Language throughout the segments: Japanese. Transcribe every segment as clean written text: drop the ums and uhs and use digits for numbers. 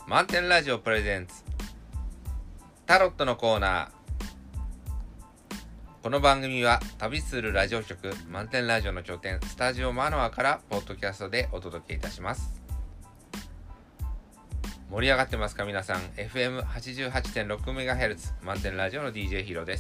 満点ラジオプレゼンツタロットのコーナー。この番組は旅するラジオ局満点ラジオの拠点スタジオマノアからポッドキャストでお届けいたします。盛り上がってますか皆さん。 FM88.6MHz 満点ラジオの DJ ヒロです。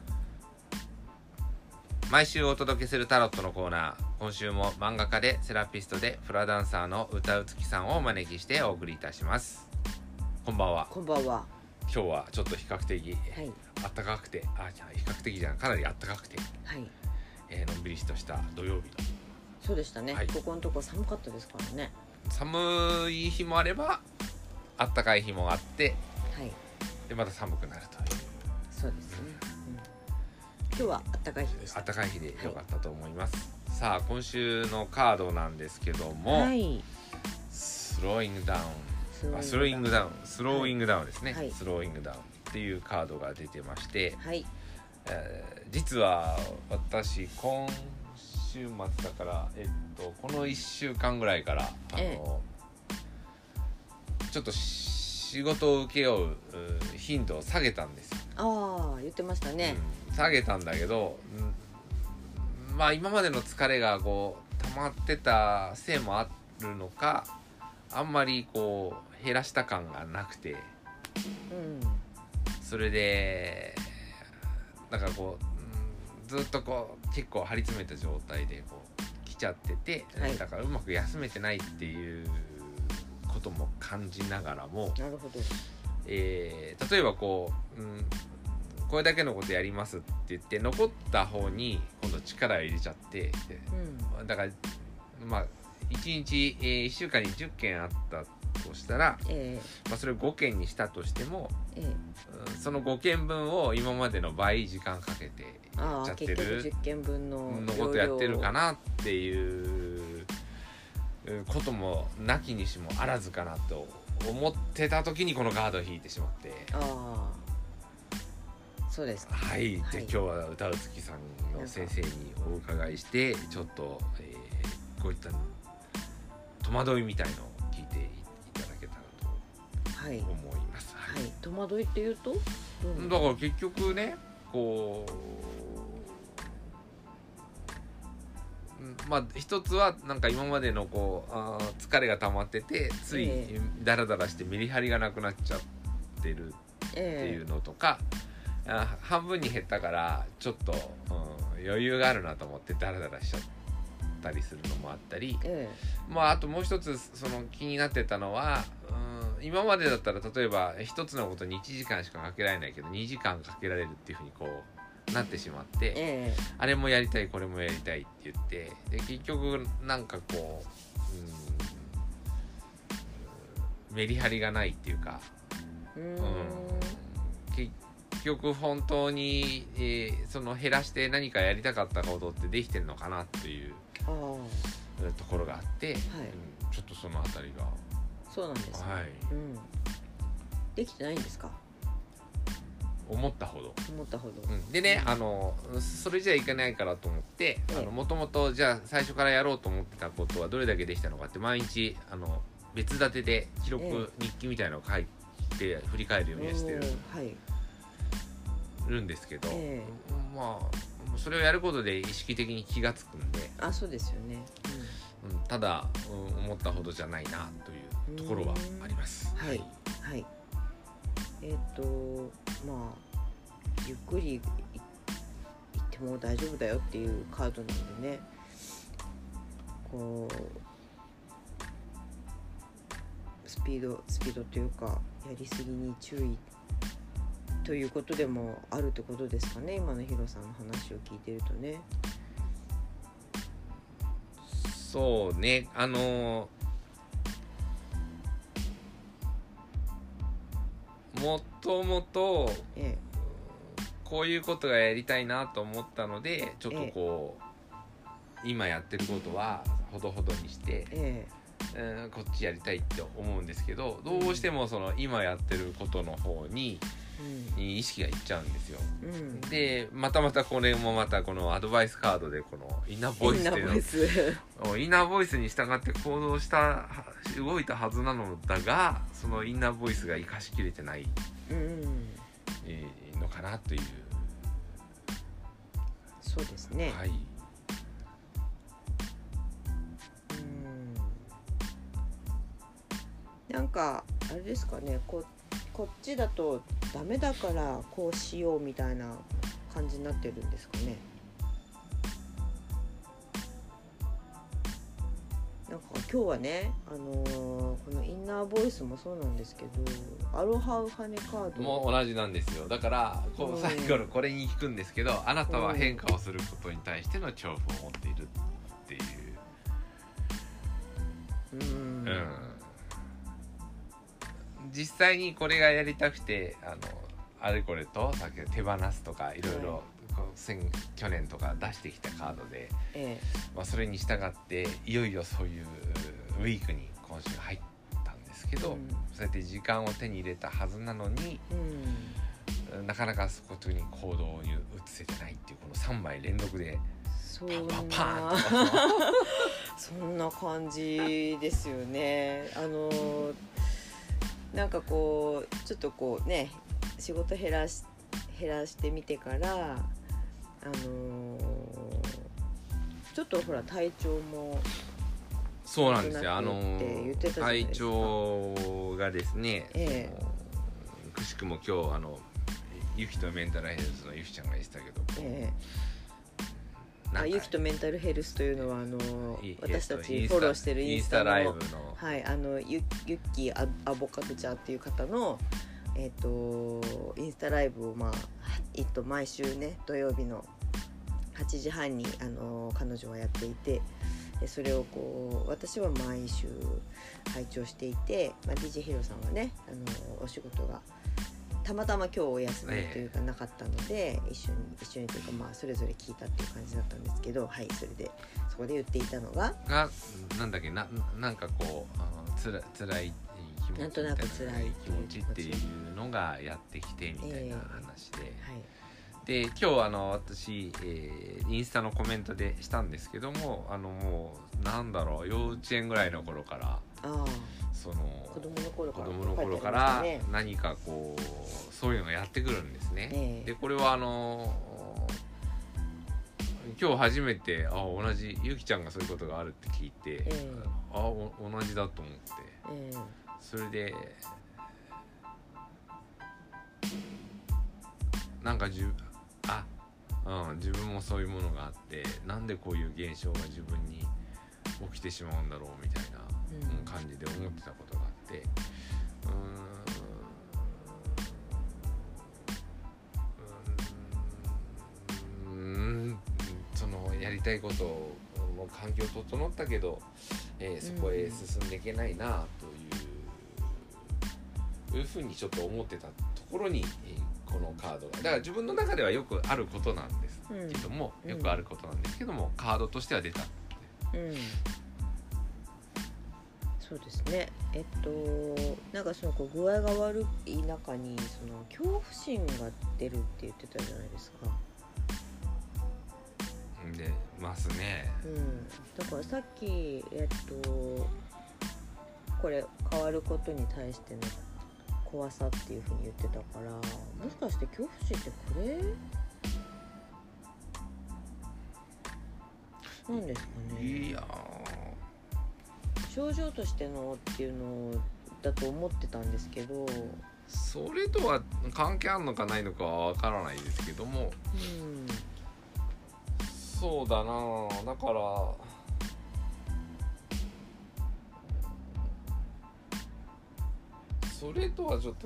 毎週お届けするタロットのコーナー、今週も漫画家でセラピストでフラダンサーの歌うつきさんをお招きしてお送りいたします。こんばんは。 こんばんは。 今日はちょっと比較的、暖かくて、比較的じゃない、かなり暖かくて、 はい、 のんびりとした土曜日の。 そうでしたね、 はい、 ここのとこ寒かったですからね。 寒い日もあれば暖かい日もあって、 はい、 でまた寒くなるという。 そうですね、今日は暖かい日でした。 暖かい日でよかったと思います、さあ今週のカードなんですけども、 はい、 スローイングダウンですね、 はい、 スローイングダウンっていうカードが出てまして、 はい、 実は私今週末だから、この1週間ぐらいからちょっと仕事を請け負う頻度を下げたんですよ。 ああ、言ってましたね、 下げたんだけど、まあ今までの疲れがこう溜まってたせいもあるのか、あんまりこう減らした感がなくて、それでだからこう、ずっとこう結構張り詰めた状態でこう来ちゃってて、 はい、 だからうまく休めてないっていうことも感じながらも、 なるほど、 例えばこう、これだけのことやりますって言って残った方に今度力を入れちゃって、だからまあ1日、1週間に10件あったとしたら、それを5件にしたとしても、その5件分を今までの倍時間かけてやっちゃってる、 結局10件分のことやってるかなっていうこともなきにしもあらずかなと思ってた時にこのカードを引いてしまって、 そうですか。 はい、で今日は歌うつきさんの先生にお伺いしてちょっと、こういった戸惑いみたいのを聞いていただけたらと思います。 はい、戸惑いっていうと、 だから結局ね、こう、まあ一つはなんか今までのこう疲れが溜まっててついダラダラしてメリハリがなくなっちゃってるっていうのとか、半分に減ったからちょっと、余裕があるなと思ってダラダラしちゃったりするのもあったり、あともう一つその気になってたのは、今までだったら例えば一つのことに1時間しかかけられないけど2時間かけられるっていうふうにこうなってしまって、あれもやりたいこれもやりたいって言って、で結局なんかこう、メリハリがないっていうか、結局本当に、その減らして何かやりたかったことってできてんのかなっていうところがあって、ちょっとそのあたりが。 そうなんですね、できてないんですか。 思ったほど、でね、それじゃいけないからと思って、もともとじゃあ最初からやろうと思ってたことはどれだけできたのかって毎日別立てで記録、日記みたいなのを書いて振り返るようにしてるんですけど、それをやることで意識的に気がつくんで、 そうですよね、 ただ、思ったほどじゃないなというところはあります。 はい、ゆっくり行っても大丈夫だよっていうカードなんでね、こうスピードというかやりすぎに注意ということでもあるってことですかね。今のヒロさんの話を聞いてるとね。 そうね、もともとこういうことがやりたいなと思ったので、ちょっとこう、今やってることはほどほどにして、こっちやりたいって思うんですけど、どうしてもその今やってることの方にに意識がいっちゃうんですよ、 うん、 でまたこれもまたこのアドバイスカードでこのインナーボイスっていうのインナーボイスに従って行動した動いたはずなのだが、そのインナーボイスが生かしきれてない、のかなという。 そうですね、 はい、 なんかあれですかね、こっちだとダメだからこうしようみたいな感じになってるんですかね。なんか今日はね、このインナーボイスもそうなんですけど、アロハウハネカードも同じなんですよ。だからこう最後のこれに聞くんですけど、あなたは変化をすることに対しての恐怖を持っているっていう、実際にこれがやりたくてあれこれとさっき手放すとかいろいろ去年とか出してきたカードで、それに従っていよいよそういうウィークに今週入ったんですけど、そうやって時間を手に入れたはずなのに、なかなかそこに行動に移せてないっていうこの3枚連続でパンパンパンとそんな感じですよね。なんかこうちょっとこうね、仕事減らしてみてからちょっとほら体調もそうなんですよ。体調がですね、くしくも今日ゆきとメンタルヘルスのゆきちゃんが言ってたけど、 ゆきとメンタルヘルスというのは私たちフォローしてるインスタのライブの、 はい、ゆっきーアボカドちゃんっていう方のインスタライブを毎週ね土曜日の8時半に彼女はやっていて、でそれをこう私は毎週拝聴していて、DJ ヒロさんはねお仕事がたまたま今日お休みというかなかったので、一緒にというかそれぞれ聞いたっていう感じだったんですけど、はい、それでそこで言っていたのがなんだっけなんかこうつらい気持ちみたいな気持ちっていうのがやってきてみたいな話で、で今日私、インスタのコメントでしたんですけども、もうなんだろう、幼稚園ぐらいの頃からその子供の頃から何かこうそういうのがやってくるんですね、でこれは今日初めて同じゆきちゃんがそういうことがあるって聞いて、同じだと思って、それでなんか自分もそういうものがあって、なんでこういう現象が自分に起きてしまうんだろうみたいな感じで思ってたことがあって、そのやりたいことの環境整ったけど、そこへ進んでいけないなというふうにちょっと思ってたところに、このカードがだから自分の中ではよくあることなんですけども、よくあることなんですけども、カードとしては出た、 そうですね。なんかその具合が悪い中にその恐怖心が出るって言ってたじゃないですか。 でますね。 だからさっきこれ変わることに対しての怖さっていう風に言ってたから、もしかして恐怖心ってこれなんですかね。 いや症状としてのっていうのだと思ってたんですけど、 それとは関係あるのかないのかはわからないですけども、そうだな、だからそれとはちょっと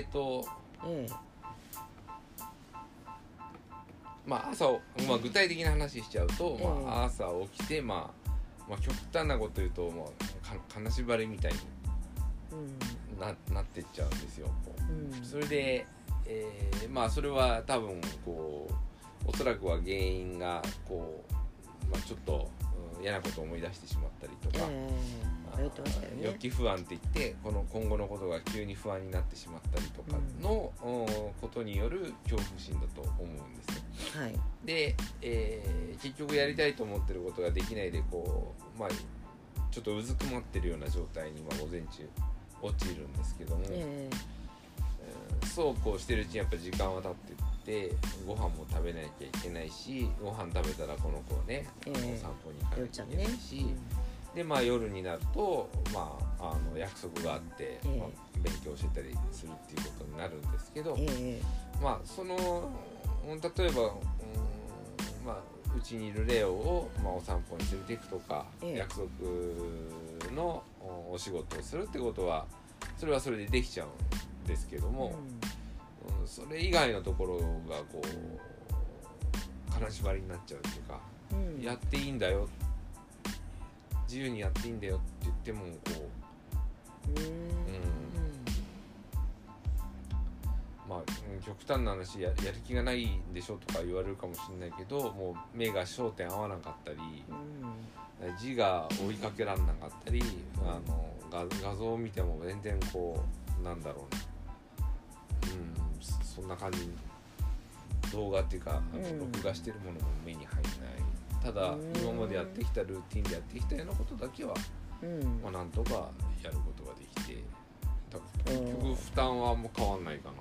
朝を、具体的な話しちゃうと、朝起きて、極端なこと言うと、金縛りみたいになってっちゃうんですよ。それで、それは多分こうおそらくは原因がこう、ちょっと嫌なことを思い出してしまったりとか、 言ってましたよね。 予期不安って言って今後のことが急に不安になってしまったりとかの、ことによる恐怖心だと思うんですね。 はい、 で、結局やりたいと思ってることができないでちょっとうずくまってるような状態に午前中陥るんですけども、そうこうしてるうちにやっぱ時間は経ってってご飯も食べなきゃいけないし、ご飯食べたらこの子をね、お散歩に行かなきゃいけないし、で夜になると、約束があって、勉強してたりするっていうことになるんですけど、その例えばうちにいるレオを、お散歩に連れていくとか、約束のお仕事をするってことはそれはそれでできちゃうんですけども、それ以外のところが金縛りになっちゃうっていうか、やっていいんだよ、自由にやっていいんだよって言っても極端な話 やる気がないんでしょとか言われるかもしれないけど、もう目が焦点合わなかったり、字が追いかけられなかったり、画像を見ても全然なんだろうな、そんな感じ、動画っていうか録画してるものも目に入らない。ただ今までやってきたルーティンでやってきたようなことだけは、なんとかやることができて、だから結局負担はもう変わんないかな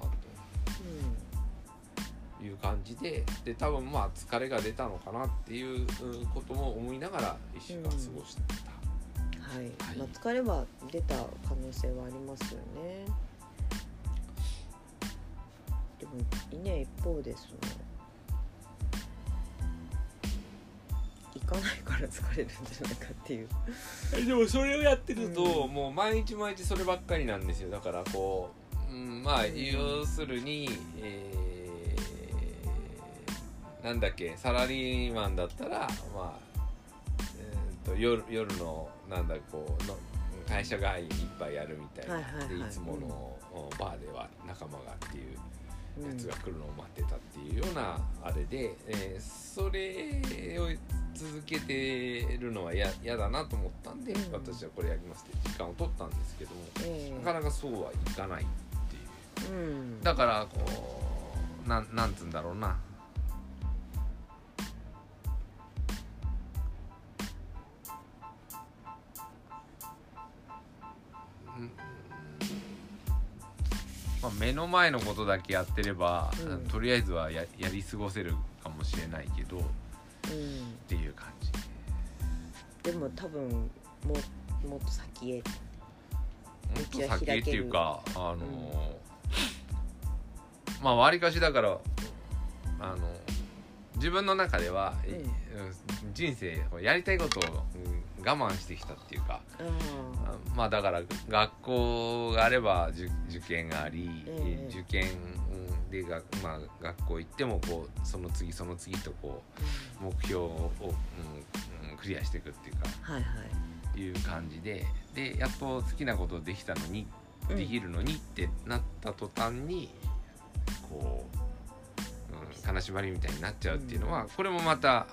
という感じで、多分疲れが出たのかなっていうことも思いながら1週間過ごしてた。 疲れは出た可能性はありますよね。でもね、一方で行かないから疲れるんじゃないかっていう。 でもそれをやってると、もう毎日毎日そればっかりなんですよ。だから要するに、サラリーマンだったら夜の会社帰りに一杯やるみたいな、でいつものバーでは仲間がっていうやつが来るのを待ってたっていうようなあれで、それを続けてるのは嫌だなと思ったんで、私はこれやりますって時間を取ったんですけども、なかなかそうはいかないっていう、だからなんつうんだろうな、目の前のことだけやってれば、とりあえずは やり過ごせるかもしれないけど、っていう感じ。 でも多分もっと先へ、 もっと先へっていうか、わりかしだから自分の中では、人生やりたいことを我慢してきたっていうか、だから学校があれば受験があり、受験で学校行ってもその次と目標を、クリアしていくっていうか、いう感じでやっと好きなことできたのに、できるのにってなった途端に金縛りみたいになっちゃうっていうのは、これもまた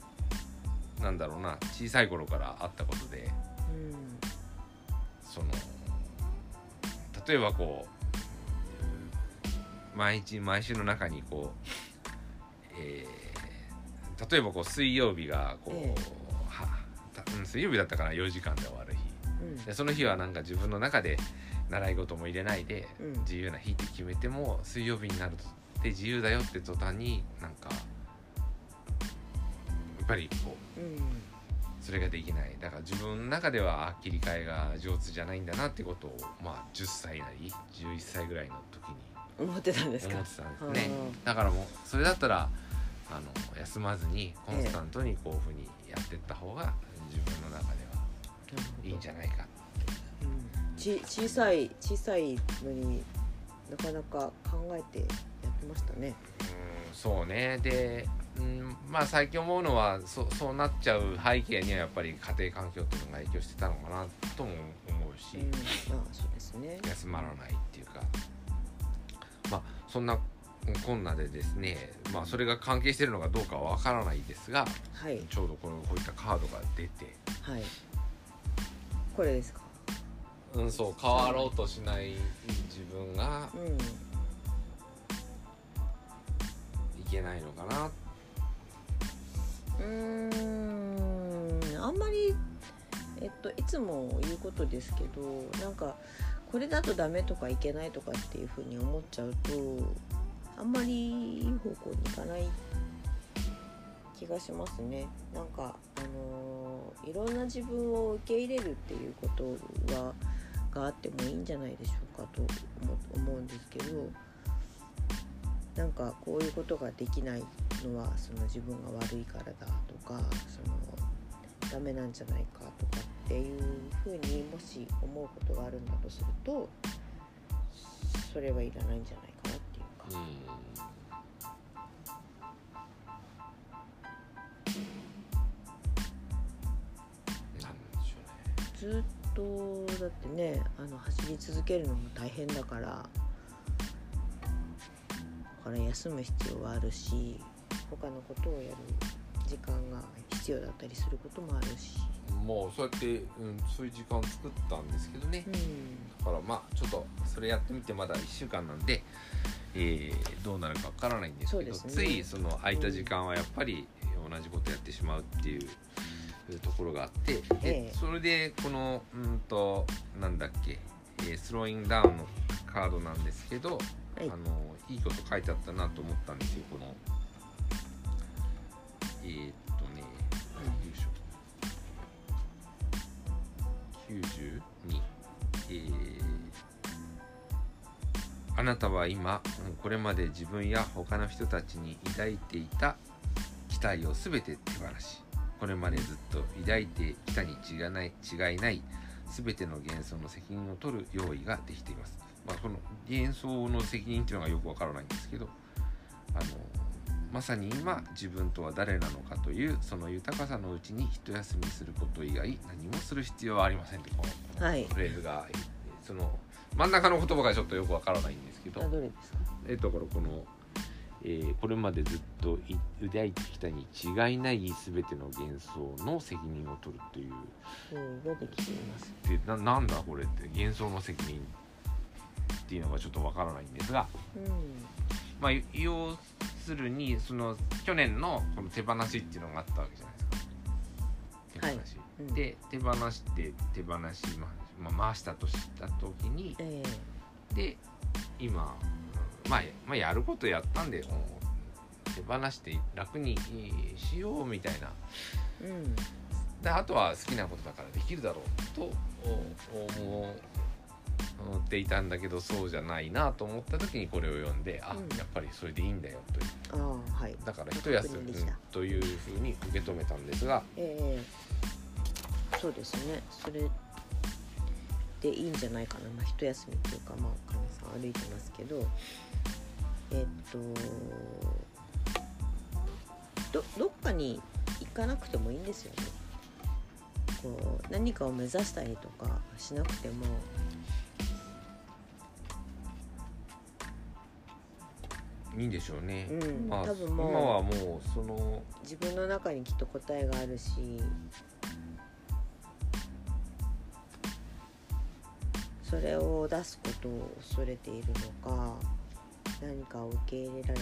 小さい頃からあったことで、例えば毎週の中に例えば水曜日が水曜日だったかな、4時間で終わる日、でその日は自分の中で習い事も入れないで、自由な日って決めても、水曜日になるとで自由だよって途端にやっぱりそれができない。だから自分の中では切り替えが上手じゃないんだなってことを10歳なり11歳ぐらいの時に思ってたんですね。 だからもうそれだったら休まずにコンスタントにこういうふうにやっていった方が自分の中ではいいんじゃないかって、 小さいのになかなか考えてやってましたね。 そうね。で、最近思うのはそうなっちゃう背景にはやっぱり家庭環境っていうのが影響してたのかなとも思うし、 そうですね。 休まらないっていうか、そんなこんなでですね、まあそれが関係しているのかどうかはわからないですが、 はい、 ちょうどこういったカードが出て、 はい、これですか。 そう変わろうとしない自分がいけないのかな。 あんまりいつも言うことですけど、なんかこれだとダメとかいけないとかっていう風に思っちゃうと、あんまりいい方向にいかない気がしますね。なんかいろんな自分を受け入れるっていうことがあってもいいんじゃないでしょうかと思うんですけど、なんかこういうことができないのはその自分が悪いからだとか、そのダメなんじゃないかとかっていうふうにもし思うことがあるんだとすると、それはいらないんじゃないかなっていうか、ずっとだってね、走り続けるのも大変だから、だから休む必要はあるし、他のことをやる時間が必要だったりすることもあるし、 もうそうやって、そういう時間を作ったんですけどね、だからまあちょっとそれやってみてまだ1週間なんで、どうなるかわからないんですけど、ついその空いた時間はやっぱり同じことやってしまうっていうところがあって、それでこのなんだっけ、スローイングダウンのカードなんですけど、いいこと書いてあったなと思ったんですよ。このよいしょ92、あなたは今これまで自分や他の人たちに抱いていた期待をすべて手放し、これまでずっと抱いてきたに違いないすべての幻想の責任を取る用意ができています。この幻想の責任っていうのがよくわからないんですけど、まさに今自分とは誰なのかというその豊かさのうちに一休みすること以外何もする必要はありませんと、このフレーズが、その真ん中の言葉がちょっとよくわからないんですけど、 どれですか。 このこれまでずっと抱いてきたに違いない全ての幻想の責任を取るというができています。 でなんだこれって幻想の責任っていうのがちょっとわからないんですが、要するにその去年のこの手放しっていうのがあったわけじゃないですか。手放し、で手放して回したとした時に、で今やることやったんで手放して楽にしようみたいな、であとは好きなことだからできるだろうと思っていたんだけど、そうじゃないなと思った時にこれを読んで、やっぱりそれでいいんだよという、だから一休みというふうに受け止めたんですが、 そうですね、それでいいんじゃないかな。一休みというか、神さん歩いてますけど、どっかに行かなくてもいいんですよね。こう何かを目指したりとかしなくても、 いいんでしょうね。 多分もう今はもうその自分の中にきっと答えがあるし、それを出すことを恐れているのか、何かを受け入れられてないのか、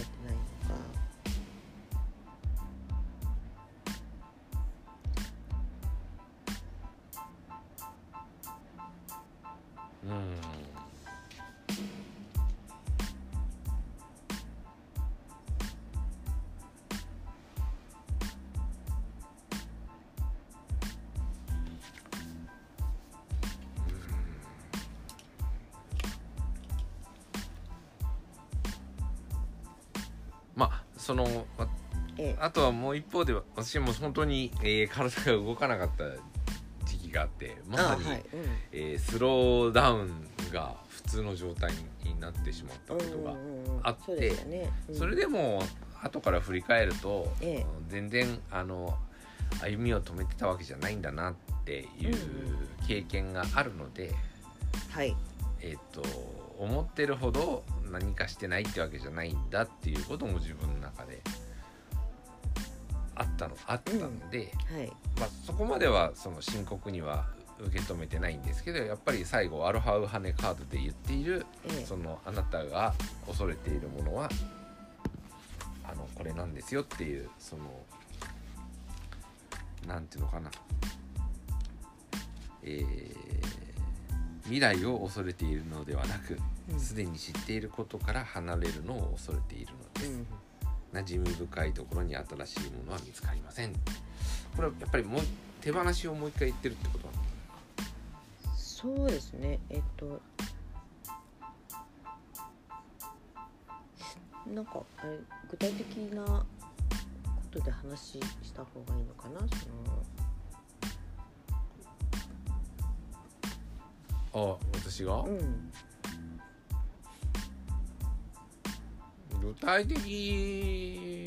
そのあとはもう一方で私も本当に、体が動かなかった時期があって、まさに、スローダウンが普通の状態になってしまったことがあって、それでも後から振り返ると、全然歩みを止めてたわけじゃないんだなっていう経験があるので、 思ってるほど何かしてないってわけじゃないんだっていうことも自分の中であったんで、 はい、 まあ、そこまではその深刻には受け止めてないんですけど、やっぱり最後アロハウハネカードで言っている、そのあなたが恐れているものはこれなんですよっていう、そのなんていうのかな、未来を恐れているのではなく、すでに知っていることから離れるのを恐れているのです、馴染み深いところに新しいものは見つかりません。これはやっぱりもう手放しをもう一回言ってるってことなの？ そうですね。なんかあれ具体的なことで話した方がいいのかな。 私が、具体的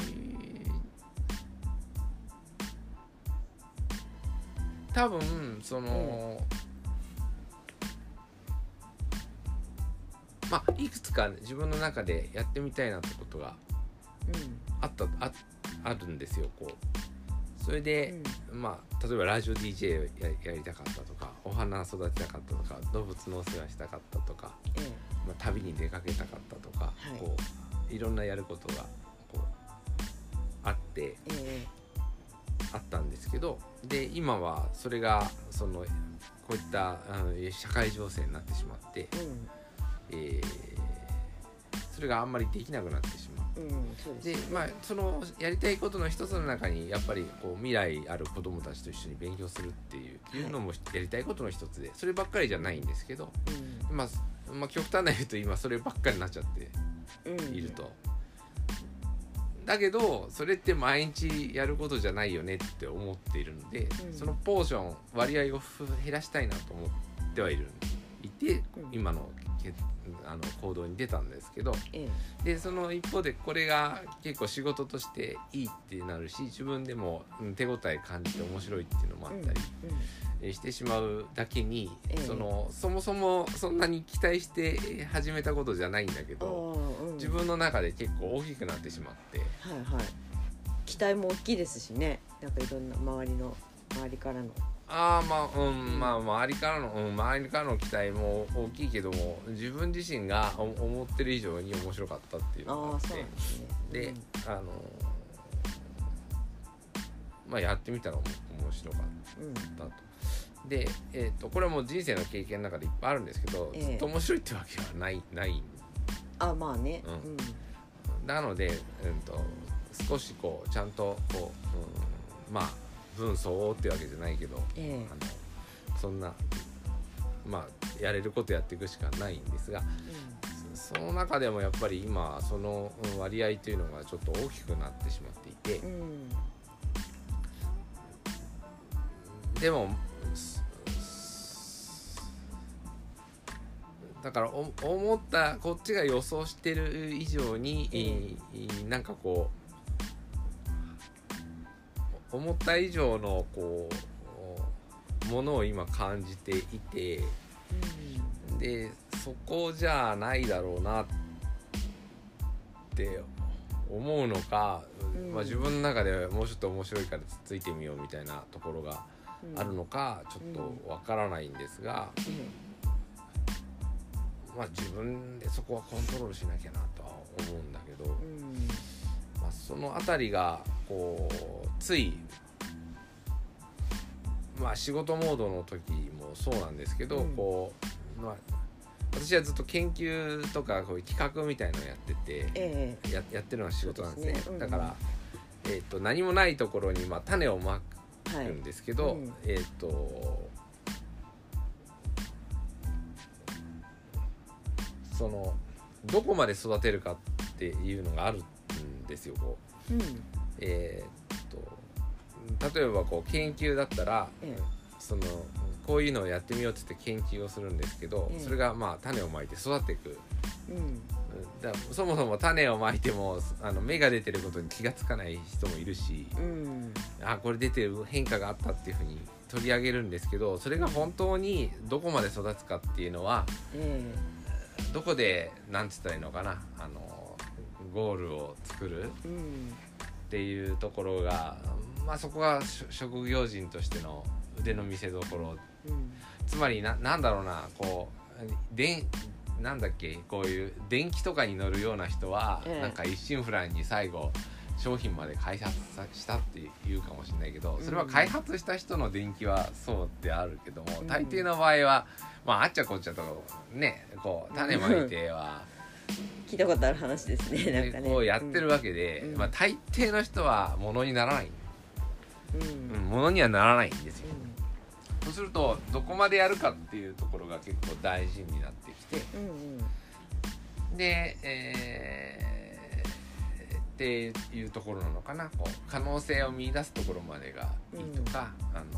多分その、まあいくつか自分の中でやってみたいなってことがあるんですよ。こうそれで、まあ例えばラジオ DJ やりたかったとか、お花育てたかったとか、動物のお世話したかったとか、まあ、旅に出かけたかったとか、こういろんなやることがこうあって、あったんですけど、で今はそれがそのこういった社会情勢になってしまって、それがあんまりできなくなってしまう。でまあそのやりたいことの一つの中にやっぱりこう未来ある子どもたちと一緒に勉強するっていうのもやりたいことの一つで、そればっかりじゃないんですけど、まあ極端な言うと今そればっかりになっちゃっていると。だけどそれって毎日やることじゃないよねって思っているので、そのポーション割合を減らしたいなと思ってはいて、今の行動に出たんですけど、でその一方でこれが結構仕事としていいってなるし、自分でも手応え感じて面白いっていうのもあったりしてしまうだけに、そもそもそんなに期待して始めたことじゃないんだけど、自分の中で結構大きくなってしまって、 期待も大きいですしね。なんかいろんな周りからの周りからの期待も大きいけども、自分自身が思ってる以上に面白かったっていうのがあって、でまあやってみたら面白かったと。で、これはもう人生の経験の中でいっぱいあるんですけど、ずっと面白いってわけはないまあね、 なので、少しこうちゃんとこう、まあ分相応ってわけじゃないけど、そんなまあやれることやっていくしかないんですが、その中でもやっぱり今その割合というのがちょっと大きくなってしまっていて、でもだから思ったこっちが予想してる以上に、なんかこう思った以上のこうものを今感じていて、でそこじゃないだろうなって思うのか、まあ、自分の中でもうちょっと面白いからつっついてみようみたいなところがあるのかちょっとわからないんですが、まあ、自分でそこはコントロールしなきゃなとは思うんだけど、まあ、そのあたりがこうつい、まあ、仕事モードの時もそうなんですけど、こう、まあ、私はずっと研究とかこういう企画みたいのをやってて、やってるのが仕事なんですね。だから、何もないところにまあ種をまくんですけど、そのどこまで育てるかっていうのがあるんですよ。こう例えばこう研究だったら、そのこういうのをやってみようって言って研究をするんですけど、それがまあ種をまいて育っていく、だそもそも種をまいても芽が出てることに気がつかない人もいるし、これ出てる変化があったっていうふうに取り上げるんですけど、それが本当にどこまで育つかっていうのは、 どこでなんつったらいいのかな、ゴールを作るっていうところが、まあそこが職業人としての腕の見せ所、つまりなんだろうな、こうなんだっけ、こういう電気とかに乗るような人は、なんか一心不乱に最後商品まで開発したっていうかもしれないけど、それは開発した人の電気はそうであるけども、大抵の場合はまああっちゃこっちゃとね、こう種まいては聞いたことある話ですね。なんかねこうやってるわけで、まあ大抵の人は物にならない、物にはならないんですよ。そうするとどこまでやるかっていうところが結構大事になってきて、で、っていうところなのかな。こう可能性を見出すところまでがいいとか、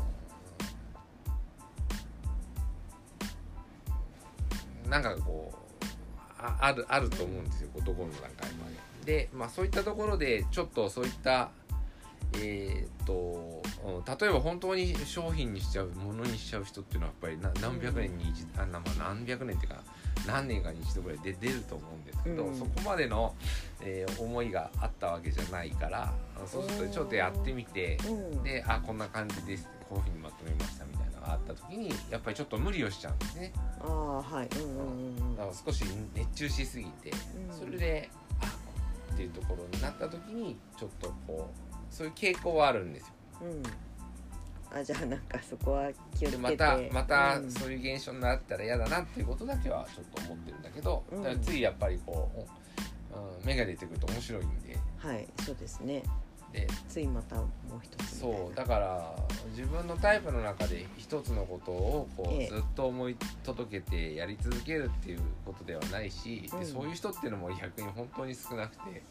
なんかこうあると思うんですよ、どこの段階まで。で、まあそういったところでちょっとそういった例えば本当に商品にしちゃう、ものにしちゃう人っていうのはやっぱり何百年に一度、何百年っていうか何年かに一度ぐらいで出ると思うんですけど、そこまでの、思いがあったわけじゃないから、そうするとちょっとやってみて、でこんな感じですってこういうふうにまとめましたみたいなのがあった時にやっぱりちょっと無理をしちゃうんですね。だから少し熱中しすぎて、それでっていうところになった時にちょっとこうそういう傾向はあるんですよ。 じゃあなんかそこは気をつけてまたそういう現象になったら嫌だなっていうことだけはちょっと思ってるんだけど、だからついやっぱりこう、芽が出てくると面白いんで、 はいそうですね。 でついまたもう一つみたいな。 そうだから自分のタイプの中で一つのことをこう、ずっと思い届けてやり続けるっていうことではないし、でそういう人っていうのも逆に本当に少なくて、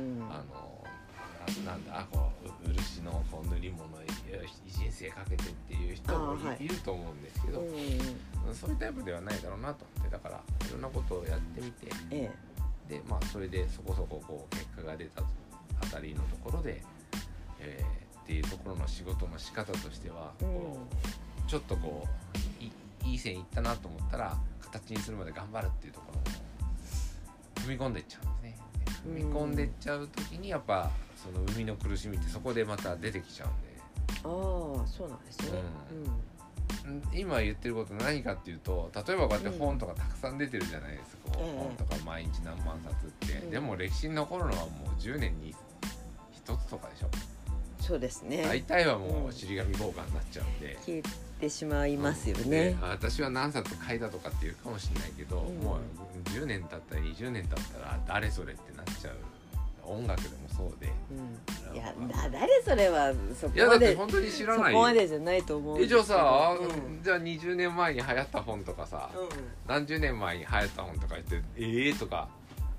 なんだこう漆のこう塗り物人生かけてっていう人もいると思うんですけど、そういうタイプではないだろうなと思って、だからいろんなことをやってみて、でまあそれでそこそここう結果が出たあたりのところで、っていうところの仕事の仕方としては、こうちょっとこういい線いったなと思ったら形にするまで頑張るっていうところを踏み込んでいっちゃうんですね。踏み込んでいっちゃう時にやっぱその生みの苦しみってそこでまた出てきちゃうんで。 そうなんですね。 今言ってること何かっていうと、例えばこうやって本とかたくさん出てるじゃないですか、本とか毎日何万冊って、でも歴史に残るのはもう10年に1つとかでしょ。 そうですね。 大体はもう尻紙交換になっちゃうんで、 消えてしまいますよね。 私は何冊書いたとかっていうかもしれないけど、もう10年経ったら20年経ったら誰それってなっちゃう。音楽でもそうで、 いや誰それはそこまで、 いやだって本当に知らないよ。 そこまでじゃないと思うんですけど。 じゃあさ、じゃあ20年前に流行った本とかさ、何十年前に流行った本とか言ってとか、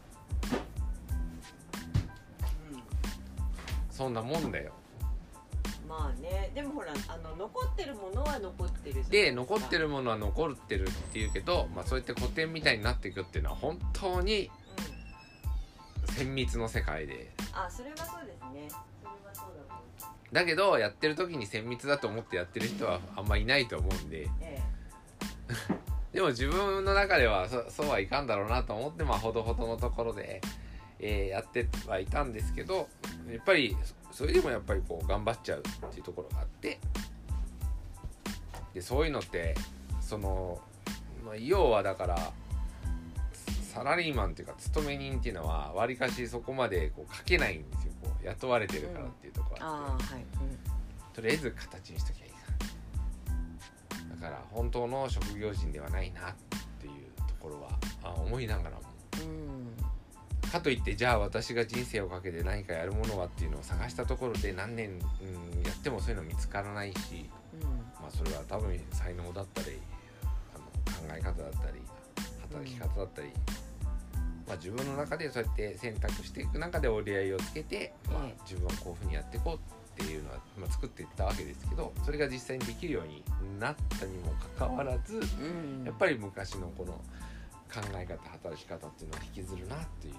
そんなもんだよ。 まあね、でもほら残ってるものは残ってるで、残ってるものは残ってるっていうけど、まあそうやって古典みたいになっていくっていうのは本当に綿密の世界で、 それはそうですね。それはそうだと思う。 だけどやってる時に綿密だと思ってやってる人はあんまいないと思うんで、でも自分の中ではそうはいかんだろうなと思って、まあほどほどのところで、やってはいたんですけど、やっぱりそれでもやっぱりこう頑張っちゃうっていうところがあって、でそういうのって要はだからサラリーマンっていうか勤め人っていうのはわりかしそこまでこう書けないんですよ。こう雇われてるからっていうところがあって、とりあえず形にしときゃいいから、だから本当の職業人ではないなっていうところは思いながらも、かといってじゃあ私が人生をかけて何かやるものはっていうのを探したところで何年、やってもそういうの見つからないし、まあそれは多分才能だったり考え方だったり働き方だったり、まあ、自分の中でそうやって選択していく中で折り合いをつけて、まあ、自分はこういうふうにやっていこうっていうのは、まあ、作っていったわけですけど、それが実際にできるようになったにもかかわらず、やっぱり昔のこの考え方働き方っていうのは引きずるなっていう。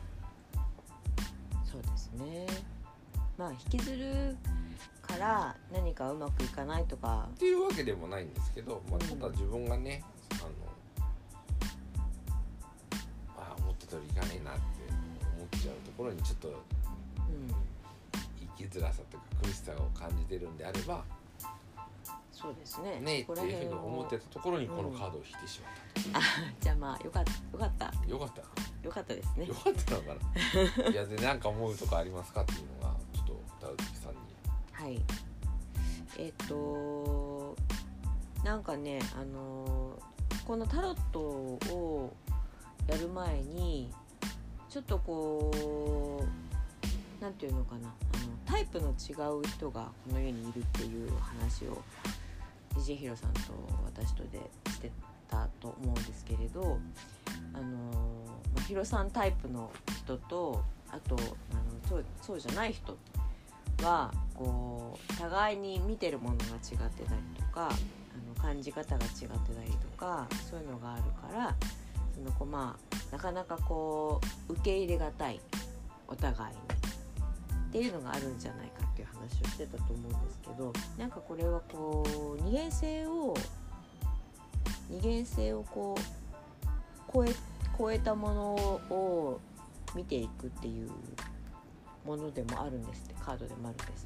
そうですね。まあ引きずるから何かうまくいかないとかっていうわけでもないんですけど、まあ、ただ自分がね取りいかねえなって思っちゃうところにちょっと生きづらさというか苦しさを感じてるんであればそうですねねっていうふうに思ってたところにこのカードを引いてしまったと、 じゃあまあよかったですね。 よかったのかないやでなんか思うとかありますかっていうのがちょっと歌う時さんにはいなんかねこのタロットをやる前にちょっとこうなんていうのかなタイプの違う人がこの世にいるっていう話をDJ ヒロさんと私とでしてたと思うんですけれどヒロさんタイプの人とあとそうじゃない人はこう互いに見てるものが違ってたりとか感じ方が違ってたりとかそういうのがあるからなかなかこう受け入れがたいお互いにっていうのがあるんじゃないかっていう話をしてたと思うんですけどなんかこれはこう二元性をこう超えたものを見ていくっていうものでもあるんですってカードでもあるんです、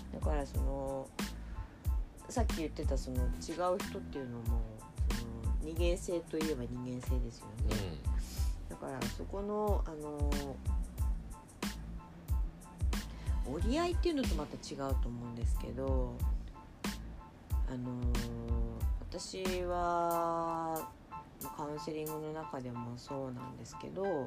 だからさっき言ってたその違う人っていうのも二元性といえば二元性ですよね、だからそこの折り合いっていうのとまた違うと思うんですけど私はカウンセリングの中でもそうなんですけど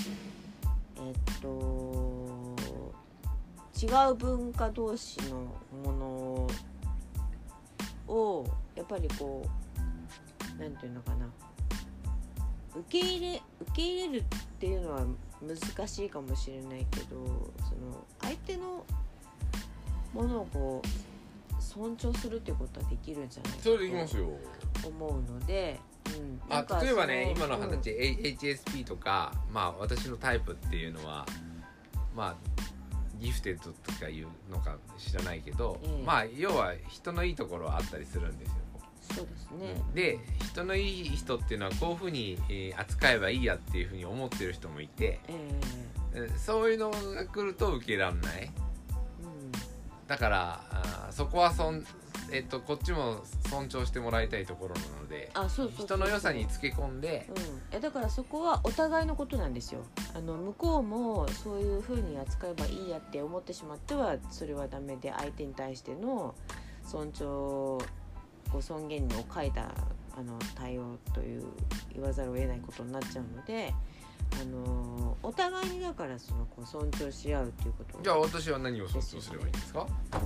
違う文化同士のものをやっぱりこうなんていうのかな受け入れるっていうのは難しいかもしれないけどその相手のものをこう尊重するっていうことはできるんじゃないかそれできますよと思うので、 例えばね今の話、HSP とか私のタイプっていうのはギフテッドとかいうのか知らないけど、要は人のいいところはあったりするんですよ。 そうですね。 で人のいい人っていうのはこういうふうに扱えばいいやっていうふうに思ってる人もいて、そういうのが来ると受けらんない、だからそこはこっちも尊重してもらいたいところなので人の良さにつけ込んで、 だからそこはお互いのことなんですよ。向こうもそういう風に扱えばいいやって思ってしまってはそれはダメで相手に対しての尊厳を欠いた対応という言わざるを得ないことになっちゃうのでお互いにだから尊重し合うっていうこと。 じゃあ私は何を尊重すればいいんですか？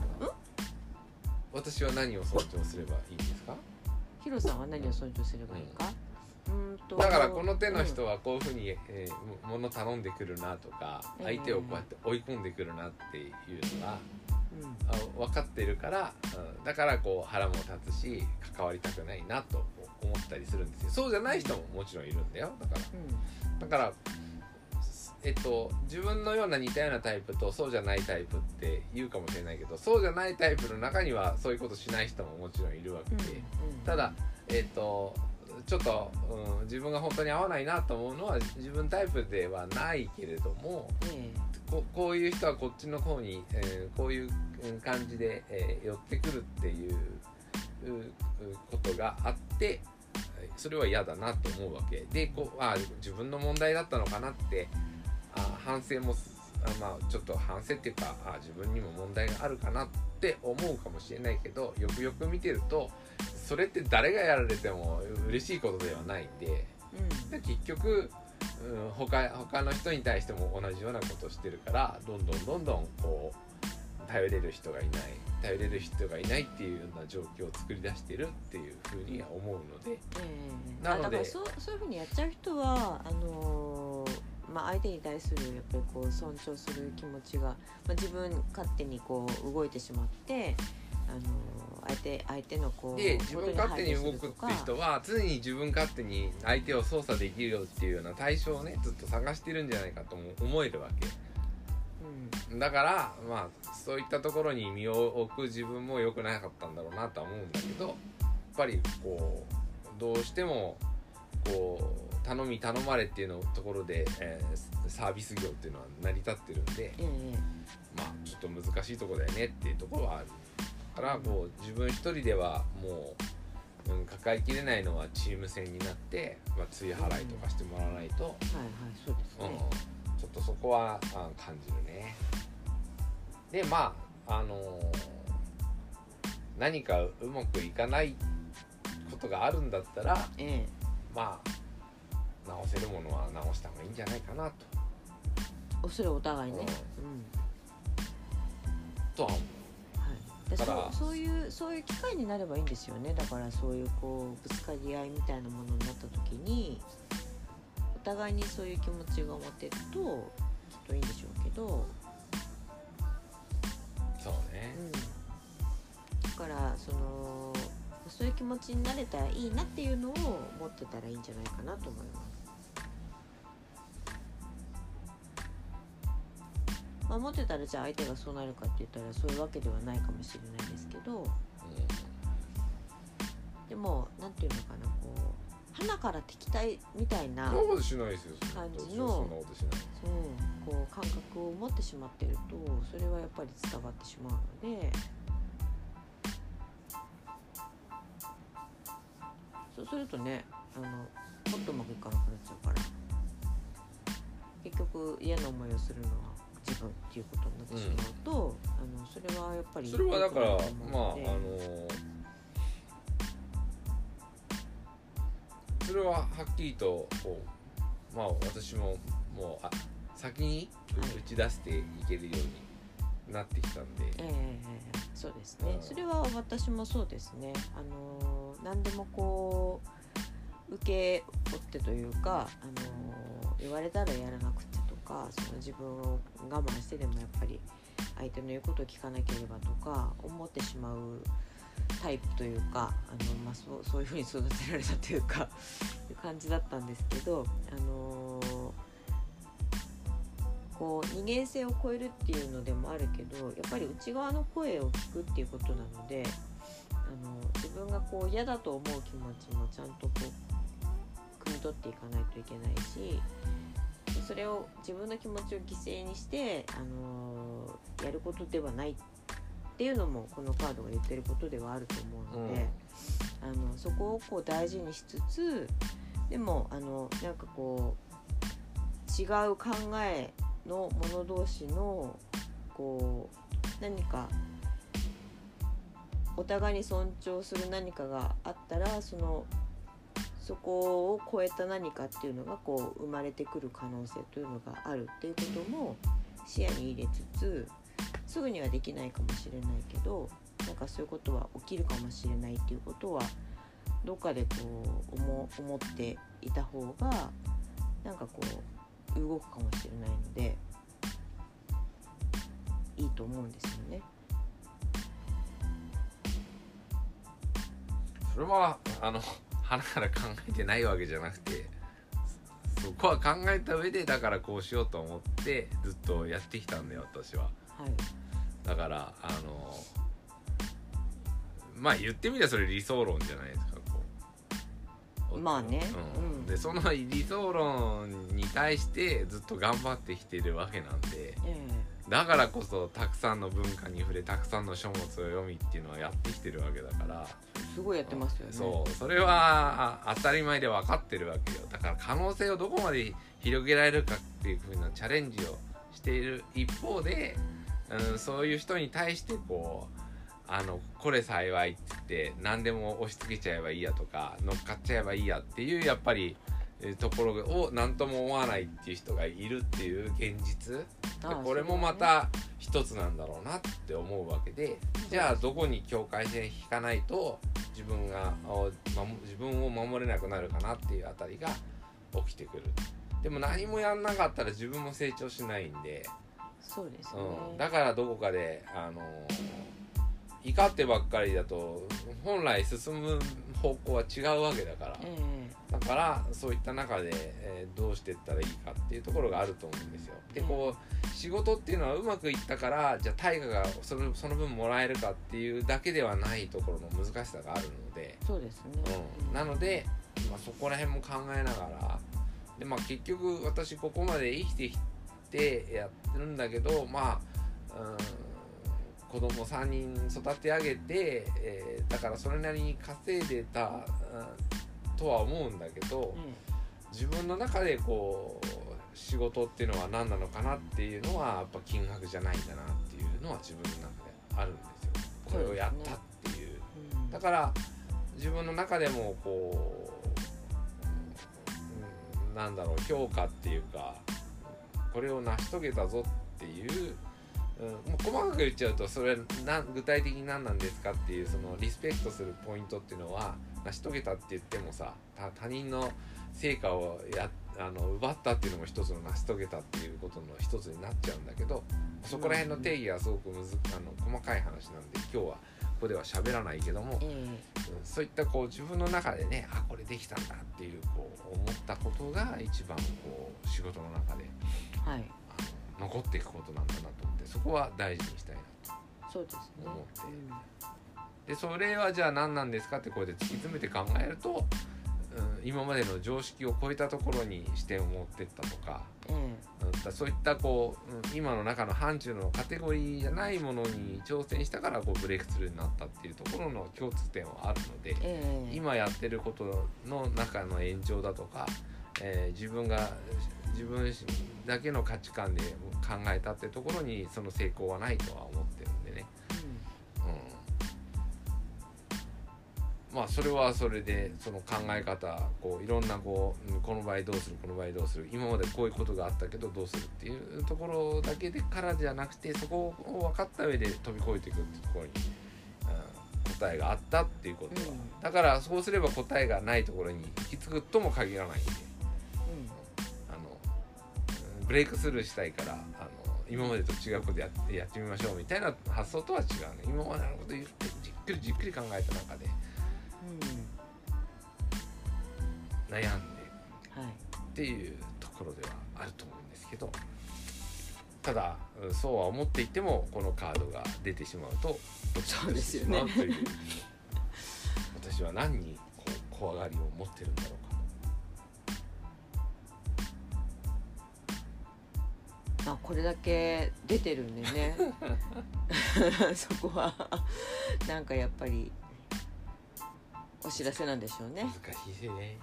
私は何を尊重すればいいんですか？ ヒロさんは何を尊重すればいいか？ だからこの手の人はこういうふうに、物頼んでくるなとか、相手をこうやって追い込んでくるなっていうのが、分かってるから、だからこう腹も立つし関わりたくないなと思ったりするんですよ。そうじゃない人ももちろんいるんだよ。だから自分のような似たようなタイプとそうじゃないタイプって言うかもしれないけど、そうじゃないタイプの中にはそういうことしない人ももちろんいるわけで、ただちょっと、自分が本当に合わないなと思うのは自分タイプではないけれども、こういう人はこっちの方に、こういう感じで、寄ってくるっていうことがあってそれは嫌だなと思うわけで、自分の問題だったのかなって反省もちょっと反省っていうか自分にも問題があるかなって思うかもしれないけど、よくよく見てるとそれって誰がやられても嬉しいことではないんで、結局、他の人に対しても同じようなことをしてるからどんどんこう頼れる人がいないっていうような状況を作り出してるっていうふうには思うので、 なのでそういうふうにやっちゃう人は相手に対するやっぱりこう尊重する気持ちが、自分勝手にこう動いてしまって相手のこうで自分勝手に動くって人は常に自分勝手に相手を操作できるよっていうような対象をねずっと探してるんじゃないかとも思えるわけ、だからそういったところに身を置く自分も良くなかったんだろうなとは思うんだけど、やっぱりこうどうしてもこう頼まれっていうのところで、サービス業っていうのは成り立ってるんで、まあちょっと難しいところだよねっていうところはあるからこう自分一人ではもう、抱えきれないのはチーム戦になって、まあ、追払いとかしてもらわないと、 はいはいそうですね、 ちょっとそこは感じるね。でまあ何かうまくいかないことがあるんだったら、まあ直せるものは直した方がいいんじゃないかなと。 それお互いね、 とは思う。 だからそういう機会になればいいんですよね。だからそういうこうぶつかり合いみたいなものになった時にお互いにそういう気持ちが持てるときっといいんでしょうけど、 そうね、 だからそういう気持ちになれたらいいなっていうのを持ってたらいいんじゃないかなと思います。まあ、持ってたらじゃあ相手がそうなるかって言ったらそういうわけではないかもしれないですけど、でもなんていうのかな、こう鼻から敵対みたいな感じのこう感覚を持ってしまっているとそれはやっぱり伝わってしまうので、そうするとねもっとうまくいかなくなっちゃうから結局嫌な思いをするのは自分っていうことになってしまうと、それはやっぱりそれはだからそれははっきりとこう、まあ私ももう先に打ち出していけるようになってきたんで、 そうですね、それは私もそうですね。何でもこう受け負ってというか、言われたらやらなくてとか、その自分を我慢してでもやっぱり相手の言うことを聞かなければとか思ってしまうタイプというか、そういう風に育てられたというかいう感じだったんですけど、こう二元性を超えるっていうのでもあるけど、やっぱり内側の声を聞くっていうことなので、自分がこう嫌だと思う気持ちもちゃんとこう汲み取っていかないといけないし、それを自分の気持ちを犠牲にして、やることではないっていうのもこのカードが言ってることではあると思うので、そこをこう大事にしつつ、でもなんかこう違う考えの者同士のこう何かお互いに尊重する何かがあったら、そこを超えた何かっていうのがこう生まれてくる可能性というのがあるっていうことも視野に入れつつ、すぐにはできないかもしれないけど、なんかそういうことは起きるかもしれないっていうことはどっかでこう思っていた方がなんかこう動くかもしれないのでいいと思うんですよね。 それは鼻から考えてないわけじゃなくて、そこは考えた上でだからこうしようと思ってずっとやってきたんだよ私は。だからまあ言ってみればそれ理想論じゃないですか。 まあね、 でその理想論に対してずっと頑張ってきてるわけなんで、だからこそたくさんの文化に触れたくさんの書物を読みっていうのはやってきてるわけだから、 すごいやってますよね。 それは当たり前で分かってるわけよ。だから可能性をどこまで広げられるかっていう風なチャレンジをしている一方で、そういう人に対してこうこれ幸いって言って何でも押し付けちゃえばいいやとか乗っかっちゃえばいいやっていうやっぱりところを何とも思わないっていう人がいるっていう現実で、これもまた一つなんだろうなって思うわけで、じゃあどこに境界線引かないと自分を守れなくなるかなっていうあたりが起きてくる。でも何もやんなかったら自分も成長しないんで、 そうですね、 だからどこかで怒ってばっかりだと本来進む方向は違うわけだから、だからそういった中で、どうしていったらいいかっていうところがあると思うんですよ。でこう仕事っていうのはうまくいったからじゃあ対価がその分もらえるかっていうだけではないところの難しさがあるので、 そうですね、 なので、 そこら辺も考えながらで、結局私ここまで生きてきてやってるんだけど、子供3人育て上げて、だからそれなりに稼いでた、とは思うんだけど、自分の中でこう仕事っていうのは何なのかなっていうのはやっぱ金額じゃないんだなっていうのは自分の中であるんですよ。これをやったっていう、だから自分の中でもこう、評価っていうか、これを成し遂げたぞっていう、もう細かく言っちゃうとそれ具体的に何なんですかっていうそのリスペクトするポイントっていうのは、成し遂げたって言ってもさ、他人の成果を奪ったっていうのも一つの成し遂げたっていうことの一つになっちゃうんだけど、そこら辺の定義はすごく細かい話なんで今日はここでは喋らないけども、そういったこう自分の中でね、これできたんだっていうこう思ったことが一番こう仕事の中で、残っていくことなんだなと思って、そこは大事にしたいなと思って、でそれはじゃあ何なんですかってこれで突き詰めて考えると、今までの常識を超えたところに視点を持ってったとか、そういったこう、今の中の範疇のカテゴリーじゃないものに挑戦したからこうブレイクスルーになったっていうところの共通点はあるので、今やってることの中の延長だとか、自分だけの価値観で考えたってところにその成功はないとは思ってるんでね、それはそれでその考え方こういろんなこの場合どうするこの場合どうする、今までこういうことがあったけどどうするっていうところだけでからじゃなくて、そこを分かった上で飛び越えていくってところに、答えがあったっていうことは、だからそうすれば答えがないところに行き着くとも限らないんで、ブレイクスルーしたいから今までと違うことやってみましょうみたいな発想とは違うね。今までのこと言ってじっくり考えた中で、悩んでっていうところではあると思うんですけど、ただそうは思っていてもこのカードが出てしまうとそうですよねという私は何に怖がりを持ってるんだろうか。 これだけ出てるんでねそこはなんかやっぱりお知らせなんでしょうね。 難しいですね。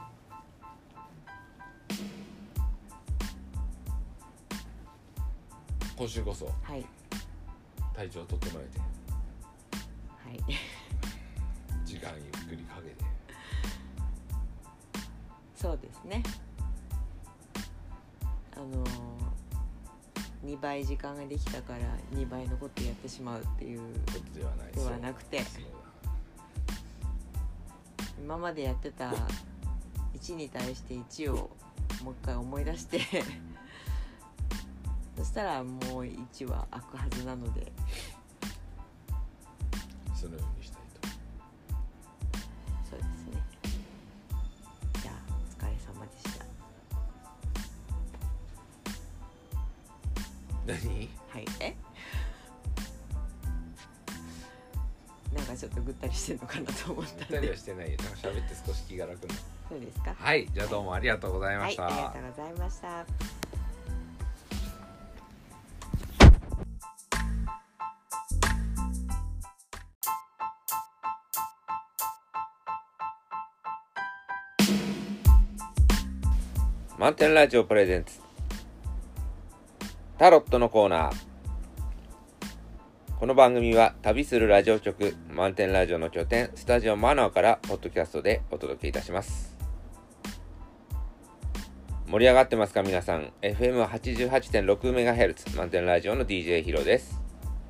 今週こそ体調を整えて、時間ゆっくりかけて、 そうですね、2倍時間ができたから2倍のことやってしまうっていうことではないではなくて、今までやってた1に対して1をもう一回思い出してそしたらもう1は開くはずなので、 そのようにしたいと。 そうですね。じゃあお疲れ様でした。 何？ なんかちょっとぐったりしてるのかなと思ったんで。 ぐったりはしてないよ。なんか喋って少し気が楽に。 そうですか。 はい、じゃあどうもありがとうございました。 ありがとうございました。 満点ラジオプレゼンツタロットのコーナー。この番組は旅するラジオ局満点ラジオの拠点スタジオマナーからポッドキャストでお届けいたします。盛り上がってますか皆さん。 FM88.6MHz 満点ラジオの DJ ヒロです。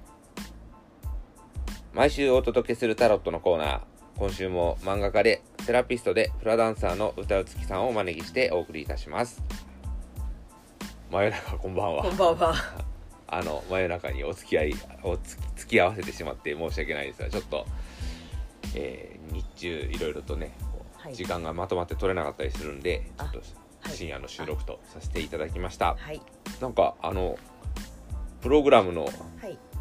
毎週お届けするタロットのコーナー、今週も漫画家でセラピストでフラダンサーの歌うつきさんをお招きしてお送りいたします。真夜中こんばんは。 こんばんは。 真夜中に付き合わせてしまって申し訳ないですが、ちょっと、日中いろいろとね、時間がまとまって取れなかったりするんで、ちょっと深夜の収録とさせていただきました。なんかプログラムの、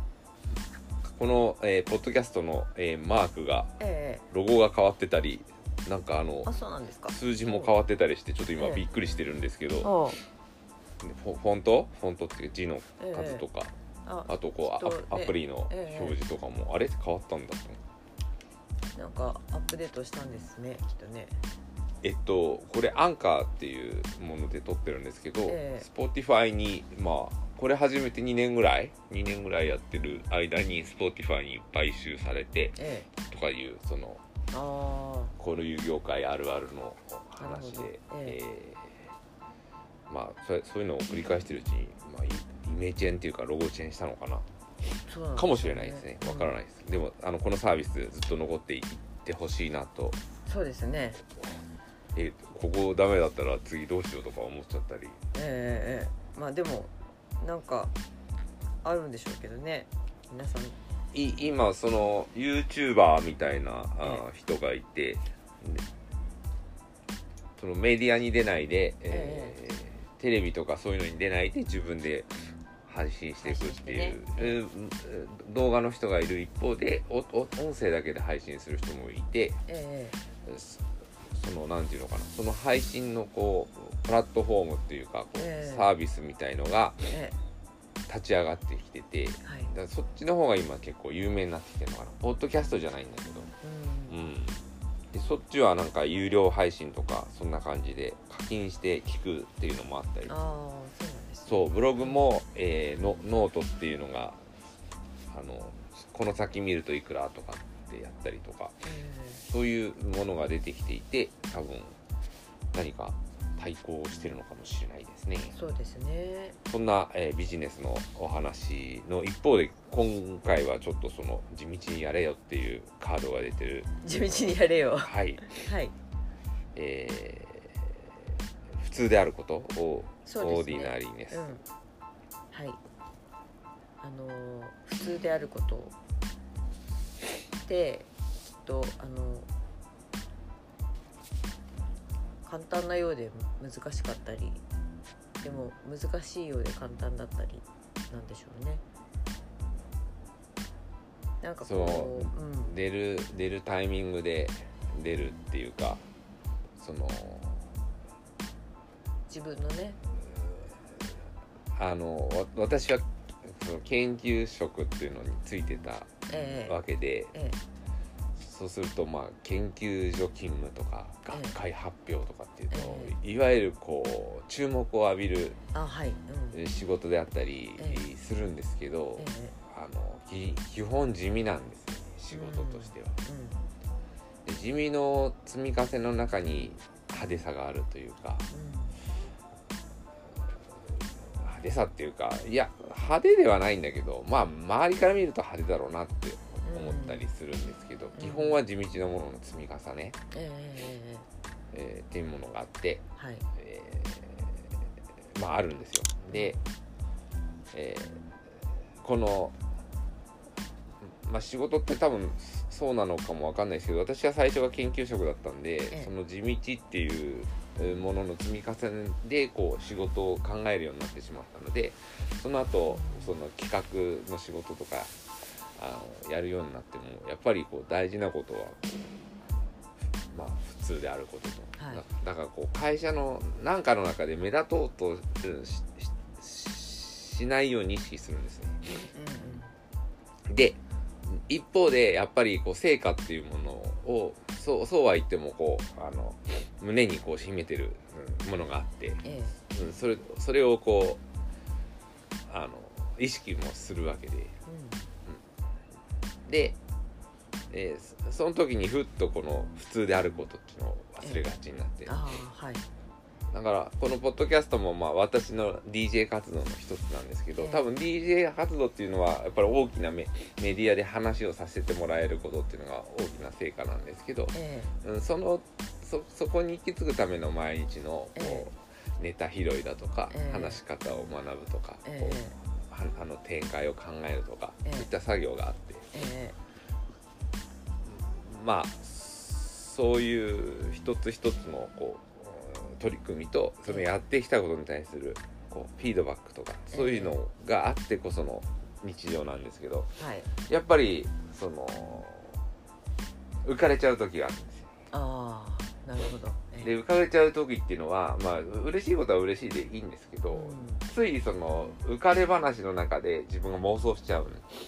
この、ポッドキャストの、マークが、ロゴが変わってたりなんかそうなんですか。 数字も変わってたりしてちょっと今びっくりしてるんですけど、フォントっていう字の数とか、あとこうアプリの表示とかもあれ変わったんだと思う。なんかアップデートしたんですね、きっとね。 これアンカーっていうもので撮ってるんですけど、Spotify にこれ始めて2年ぐらいやってる間に Spotify に買収されて、とかいうそのこういう業界あるあるの話で、そういうのを繰り返してるうちに、イメチェンっていうかロゴチェンしたのかな、かもしれないですね。わからないです。でもこのサービスずっと残っていってほしいなと。 そうですね。 ここダメだったら次どうしようとか思っちゃったり。 でもなんかあるんでしょうけどね、皆さん。 今その YouTuber みたいな人がいて、そのメディアに出ないで、テレビとかそういうのに出ないで自分で配信していくっていう、動画の人がいる一方で音声だけで配信する人もいて、そのなんていうのかな、その配信のこうプラットフォームっていうかサービスみたいのが立ち上がってきてて、だからそっちの方が今結構有名になってきてるのかな。ポッドキャストじゃないんだけど、でそっちはなんか有料配信とかそんな感じで課金して聞くっていうのもあったり、 そうなんですね。 そうブログも、ノートっていうのがこの先見るといくらとかってやったりとか、そういうものが出てきていて、多分何か対抗してるのかもしれないですね。 そうですね。 そんな、ビジネスのお話の一方で、今回はちょっとその地道にやれよっていうカードが出てる。 地道にやれよ。 はいはい。 普通であることを、 オーディナリーネス。 はい。普通であることできっと簡単なようで難しかったり、でも難しいようで簡単だったりなんでしょうね。なんかこう、 出るタイミングで出るっていうか、その自分のね、 私はその研究職っていうのについてたわけで、そうすると研究所勤務とか学会発表とかっていうと、いわゆるこう注目を浴びる仕事であったりするんですけど、基本地味なんですね、仕事としては。で地味の積み重ねの中に派手さがあるというか、派手さっていうか、いや派手ではないんだけど、周りから見ると派手だろうなって思ったりするんですけど、基本は地道なものの積み重ね、っていうものがあって、あるんですよ。で、この仕事って多分そうなのかもわかんないですけど、私は最初が研究職だったんで、その地道っていうものの積み重ねでこう仕事を考えるようになってしまったので、その後その企画の仕事とかやるようになっても、やっぱりこう大事なことは普通であることと、だからこう会社の何かの中で目立とうと しないように意識するんですね。で一方でやっぱりこう成果っていうものをそうは言ってもこう胸にこう秘めてるものがあって、それをこう意識もするわけで、その時にふっとこの普通であることっていうのを忘れがちになって、だからこのポッドキャストも私の DJ 活動の一つなんですけど、多分 DJ 活動っていうのはやっぱり大きなメディアで話をさせてもらえることっていうのが大きな成果なんですけど、そこに行き着くための毎日のこうネタ拾いだとか、話し方を学ぶとか、こう展開を考えるとか、そういった作業があって、そういう一つ一つのこう取り組みと、そのやってきたことに対するこうフィードバックとか、そういうのがあってこその日常なんですけど、やっぱりその浮かれちゃう時があるんですよ。 ああ、なるほど。 で浮かれちゃう時っていうのはまあ嬉しいことは嬉しいでいいんですけど、ついその浮かれ話の中で自分が妄想しちゃう、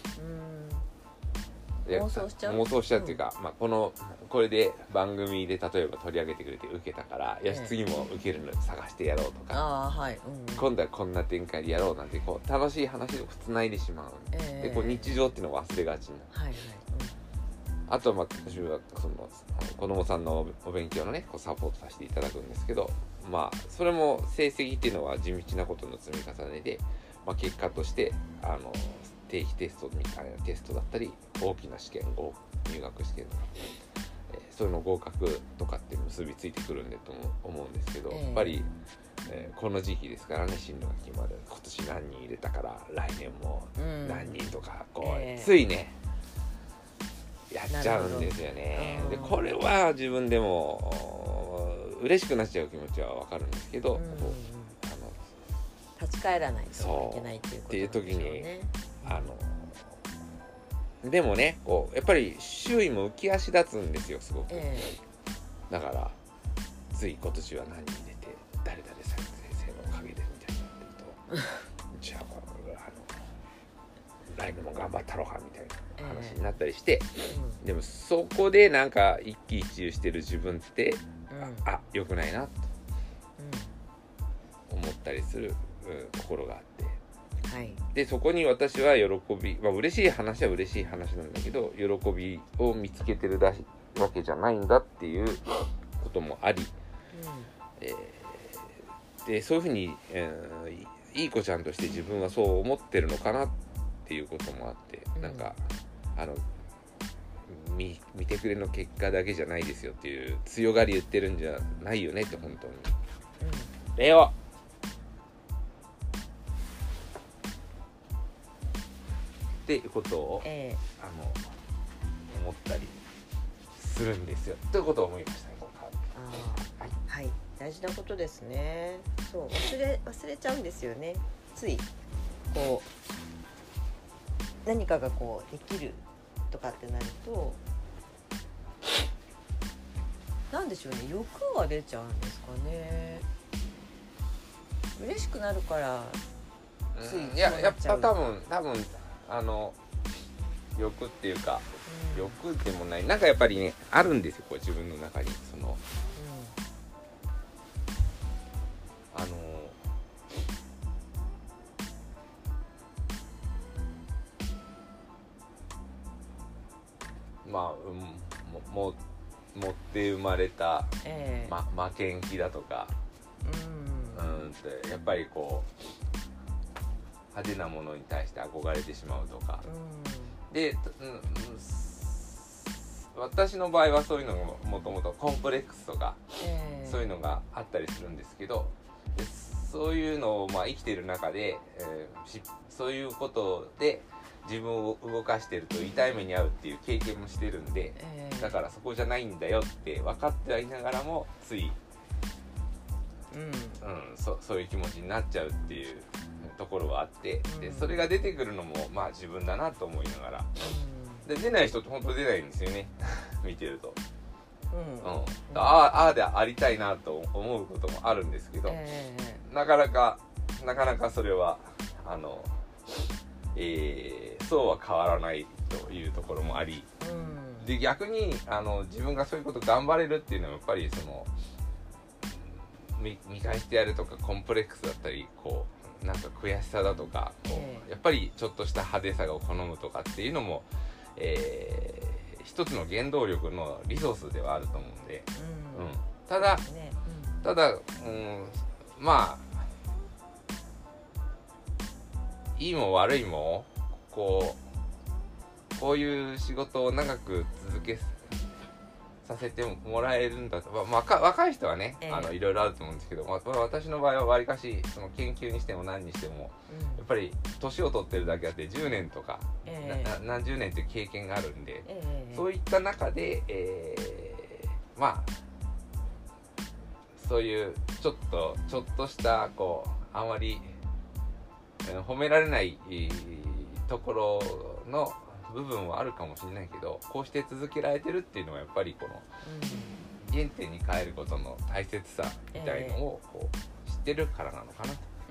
妄想しちゃうっていうか、まあ、これで番組で例えば取り上げてくれて受けたから、よし次も受けるの探してやろうとか、今度はこんな展開でやろうなんてこう楽しい話をつないでしまう、でこう日常っていうのを忘れがちになる、あとはまあ私はその子供さんのお勉強のねこうサポートさせていただくんですけど、まあそれも成績っていうのは地道なことの積み重ねで、まあ、結果として定期テストみたいなテストだったり大きな試験入学試験とか、そういうの合格とかって結びついてくるんでと思うんですけど、やっぱり、この時期ですからね、進路が決まる、今年何人入れたから来年も何人とかこう、ついねやっちゃうんですよね。でこれは自分でも嬉しくなっちゃう気持ちは分かるんですけど、 立ち返らないといけないっていうことなんでしょうね。っていう時にでもねこうやっぱり周囲も浮き足立つんですよすごく、だからつい今年は何人入れて誰々さん先生のおかげでみたいになってるとじゃあ来年も頑張ったろうかみたいな話になったりして、でもそこでなんか一喜一憂してる自分って、良くないなと思ったりするところがあって、でそこに私は喜び、まあ、嬉しい話は嬉しい話なんだけど喜びを見つけてるわけじゃないんだっていうこともあり、でそういうふうに、いい子ちゃんとして自分はそう思ってるのかなっていうこともあって、なんか見てくれの結果だけじゃないですよっていう強がり言ってるんじゃないよねって本当に、レオっていうことを、思ったりするんですよということを思いましたね、今回。 はい、大事なことですね。そう忘れちゃうんですよね。ついこう何かがこうできるとかってなるとなんでしょうね、欲が出ちゃうんですかね。嬉しくなるからついやっぱ多分欲っていうか、欲でもないなんかやっぱりねあるんですよ、こう自分の中にその、まあ、持って生まれた、負けん気だとか、やっぱりこう派手なものに対して憧れてしまうとか、で、私の場合はそういうのがもともとコンプレックスとか、そういうのがあったりするんですけど、でそういうのをまあ生きている中で、そういうことで自分を動かしてると痛い目に遭うっていう経験もしてるんで、だからそこじゃないんだよって分かってはいながらもつい、そういう気持ちになっちゃうっていうところはあって、でそれが出てくるのもまあ自分だなと思いながら、で出ない人って本当出ないんですよね見てると、ああでありたいなと思うこともあるんですけど、なかなかそれはそうは変わらないというところもあり、で逆に自分がそういうこと頑張れるっていうのはやっぱりその見返してやるとかコンプレックスだったりこうなんか悔しさだとかやっぱりちょっとした派手さを好むとかっていうのも、一つの原動力のリソースではあると思うんで、ただ、まあいいも悪いもこういう仕事を長く続けさせてもらえるんだと、若い人はね、いろいろあると思うんですけど、私の場合はわりかしその研究にしても何にしても、やっぱり年を取ってるだけあって10年とか、何十年という経験があるんで、そういった中で、まあそういうちょっとしたこうあまり褒められないところの部分はあるかもしれないけど、こうして続けられてるっていうのはやっぱりこの、 原点に帰ることの大切さみたいのをこう知ってるからなのかな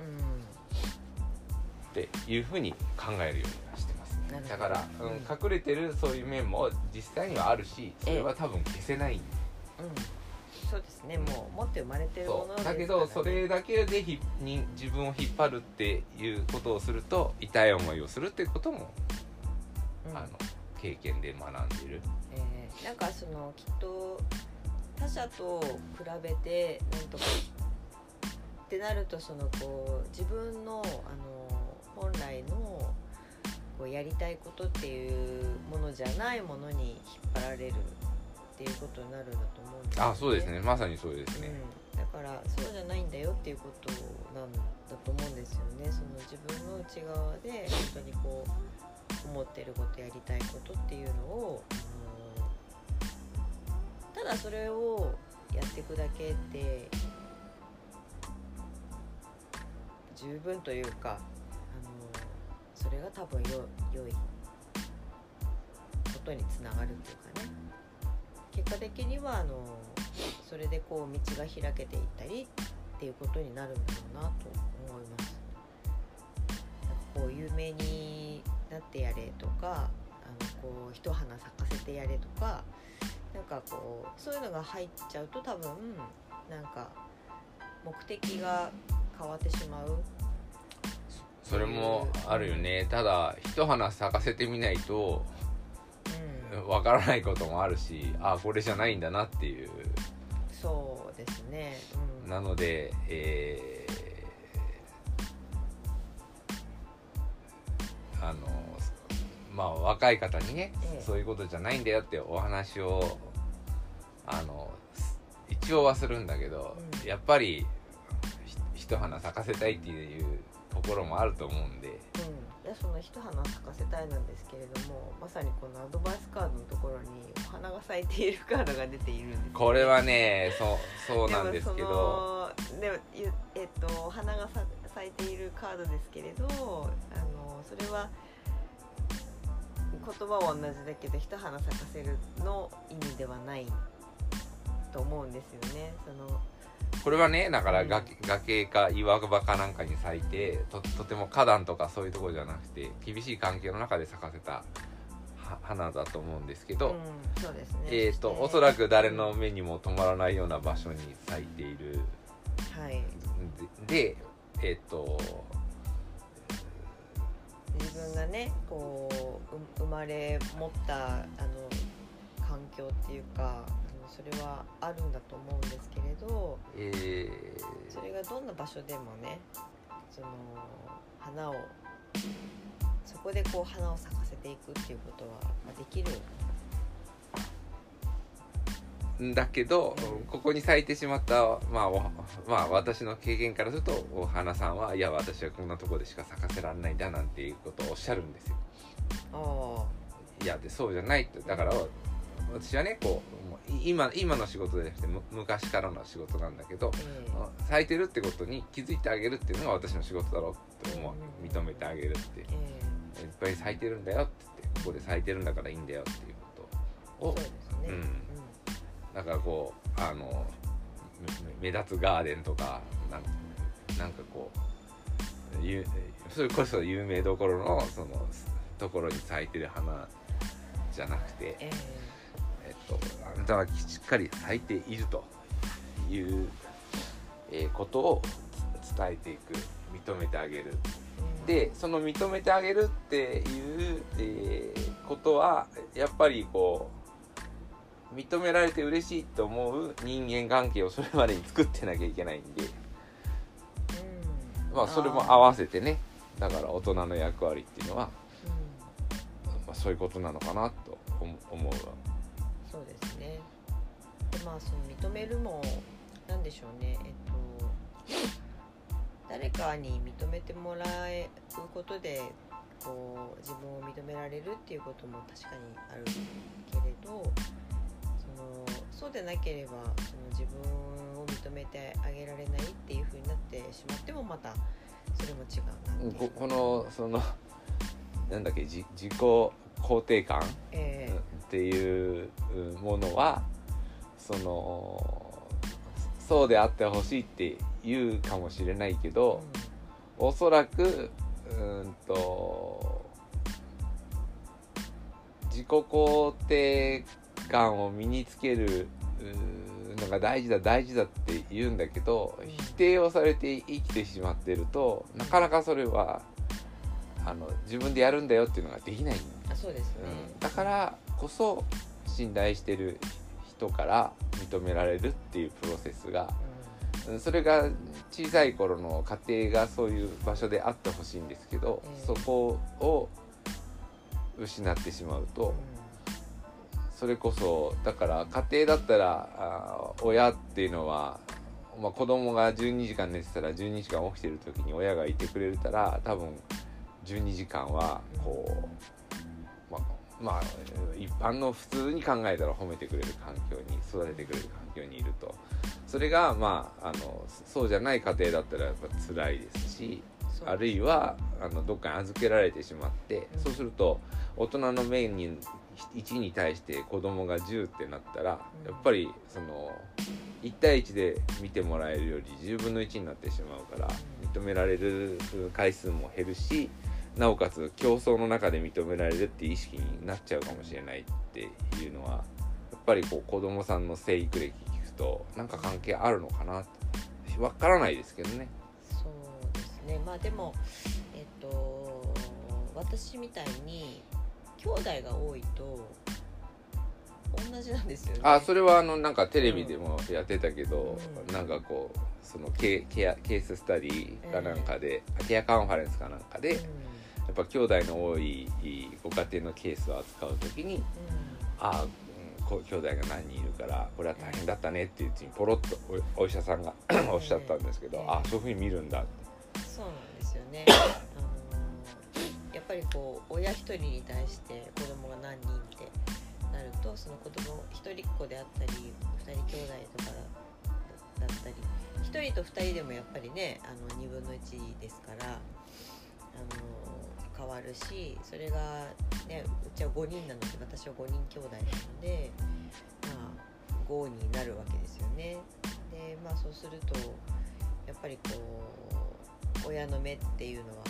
っていうふうに考えるようにはしてますね。だから、隠れてるそういう面も実際にはあるし、それは多分消せない、 そうですね、もう持って生まれてるものですから、ね、 だけどそれだけで自分を引っ張るっていうことをすると痛い思いをするっていうことも、経験で学んでる、 なんかそのきっと他者と比べてなんとかってなると、そのこう自分の本来のこうやりたいことっていうものじゃないものに引っ張られるっていうことになるんだと思うんですよね。 そうですね、まさにそうですね、 だからそうじゃないんだよっていうことなんだと思うんですよね。その自分の内側で本当にこう思ってること、やりたいことっていうのを、ただそれをやっていくだけで十分というか、それが多分良いことにつながるっていうかね、結果的にはそれでこう道が開けていったりっていうことになるんだろうなと思います。なんかこう有名になってやれとか、こう一花咲かせてやれとか、なんかこうそういうのが入っちゃうと多分なんか目的が変わってしまう。 それもあるよね。ただ一花咲かせてみないとわからないこともあるし、これじゃないんだなっていう。 そうですね、 なので、若い方にね、そういうことじゃないんだよってお話を一応はするんだけど、やっぱり一花咲かせたいっていうところもあると思うんで、 その一花咲かせたいなんですけれども、まさにこのアドバイスカードのところにお花が咲いているカードが出ているんです、ね、 これはねそうなんですけど、 お花が咲いているカードですけれど、それは言葉は同じだけど一花咲かせるの意味ではないと思うんですよね。 これはね、だから崖か岩場かなんかに咲いて とても花壇とかそういうところじゃなくて厳しい環境の中で咲かせた花だと思うんですけど、 そうですね、 おそらく誰の目にも止まらないような場所に咲いている、で自分がねこう生まれ持った環境っていうかそれはあるんだと思うんですけれど、それがどんな場所でもね、その花をそこでこう花を咲かせていくっていうことはできるんだけど、ここに咲いてしまった、私の経験からするとお花さんは、いや私はこんなところでしか咲かせられないんだなんていうことをおっしゃるんですよ。いやでそうじゃないって。だから私はねこう今の仕事じゃなくて昔からの仕事なんだけど、咲いてるってことに気づいてあげるっていうのが私の仕事だろうって認めてあげるって、いっぱい咲いてるんだよって言って、ここで咲いてるんだからいいんだよっていうことを、だからこう目立つガーデンとかなんかこうそれこそ有名どころのそのところに咲いてる花じゃなくて、あなたはしっかり咲いているという、ことを伝えていく、認めてあげる。でその認めてあげるっていう、ことはやっぱりこう認められて嬉しいと思う人間関係をそれまでに作ってなきゃいけないんで、それも合わせてね、だから大人の役割っていうのは、そういうことなのかなと思うわ。 そうですね。でその認めるもなんでしょうね。誰かに認めてもらうことでこう自分を認められるっていうことも確かにあるけれど、そうでなければその自分を認めてあげられないっていう風になってしまってもまたそれも違うなっていう。 このそのなんだっけ自己肯定感、っていうものはそうであってほしいって言うかもしれないけど、おそらく自己肯定感を身につけるのが大事だって言うんだけど、否定をされて生きてしまってるとなかなかそれは自分でやるんだよっていうのができない。 そうですね、 だからこそ信頼してる人から認められるっていうプロセスが、それが小さい頃の家庭がそういう場所であってほしいんですけど、そこを失ってしまうと、それこそだから家庭だったら親っていうのは、子供が12時間寝てたら12時間起きてる時に親がいてくれたら多分12時間はこう一般の普通に考えたら褒めてくれる環境に育ててくれる環境にいると、それがそうじゃない家庭だったらやっぱ辛いですし、あるいはどっかに預けられてしまって、そうすると大人の面に1に対して子供が10ってなったら、やっぱり1対1で見てもらえるより10分の1になってしまうから、認められる回数も減るし、なおかつ競争の中で認められるっていう意識になっちゃうかもしれないっていうのは、やっぱり子供さんの生育歴聞くとなんか関係あるのかなってわからないですけどね。 そうですね。でも私みたいに兄弟が多いと同じなんですよね。 それはなんかテレビでもやってたけど、なんかこうケーススタディかなんかで、ケアカンファレンスかなんかで、やっぱ兄弟の多いご家庭のケースを扱うときに、兄弟が何人いるからこれは大変だったねっていううちにポロッとお医者さんがおっしゃったんですけど、そういうふうに見るんだって。 そうなんですよね。やっぱり親一人に対して子供が何人ってなると、その子供一人っ子であったり二人兄弟とかだったり、一人と二人でもやっぱりね2分の1ですから変わるし、それがね、うちは5人なので、私は5人兄弟なので、5になるわけですよね。でそうするとやっぱり親の目っていうのは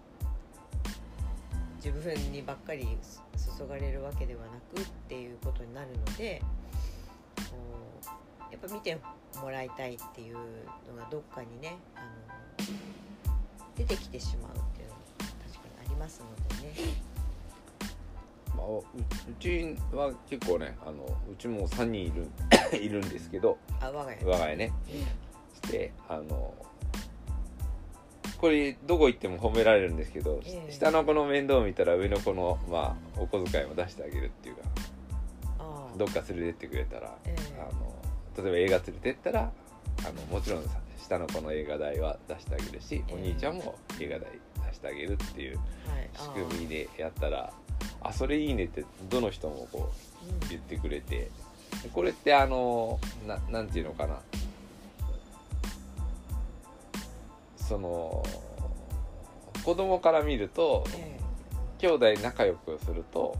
自分にばっかり注がれるわけではなくっていうことになるので、やっぱ見てもらいたいっていうのがどっかにね出てきてしまうっていうのも確かにありますのでね。 うちは結構ねうちも3人いるんですけど、 我が家ね、してこれどこ行っても褒められるんですけど、下の子の面倒を見たら上の子のお小遣いを出してあげるっていうか、どっか連れてってくれたら、例えば映画連れてったらもちろん下の子の映画代は出してあげるし、お兄ちゃんも映画代出してあげるっていう仕組みでやったら、それいいねってどの人も言ってくれて、これってなんていうのかな、子供から見ると、兄弟仲良くすると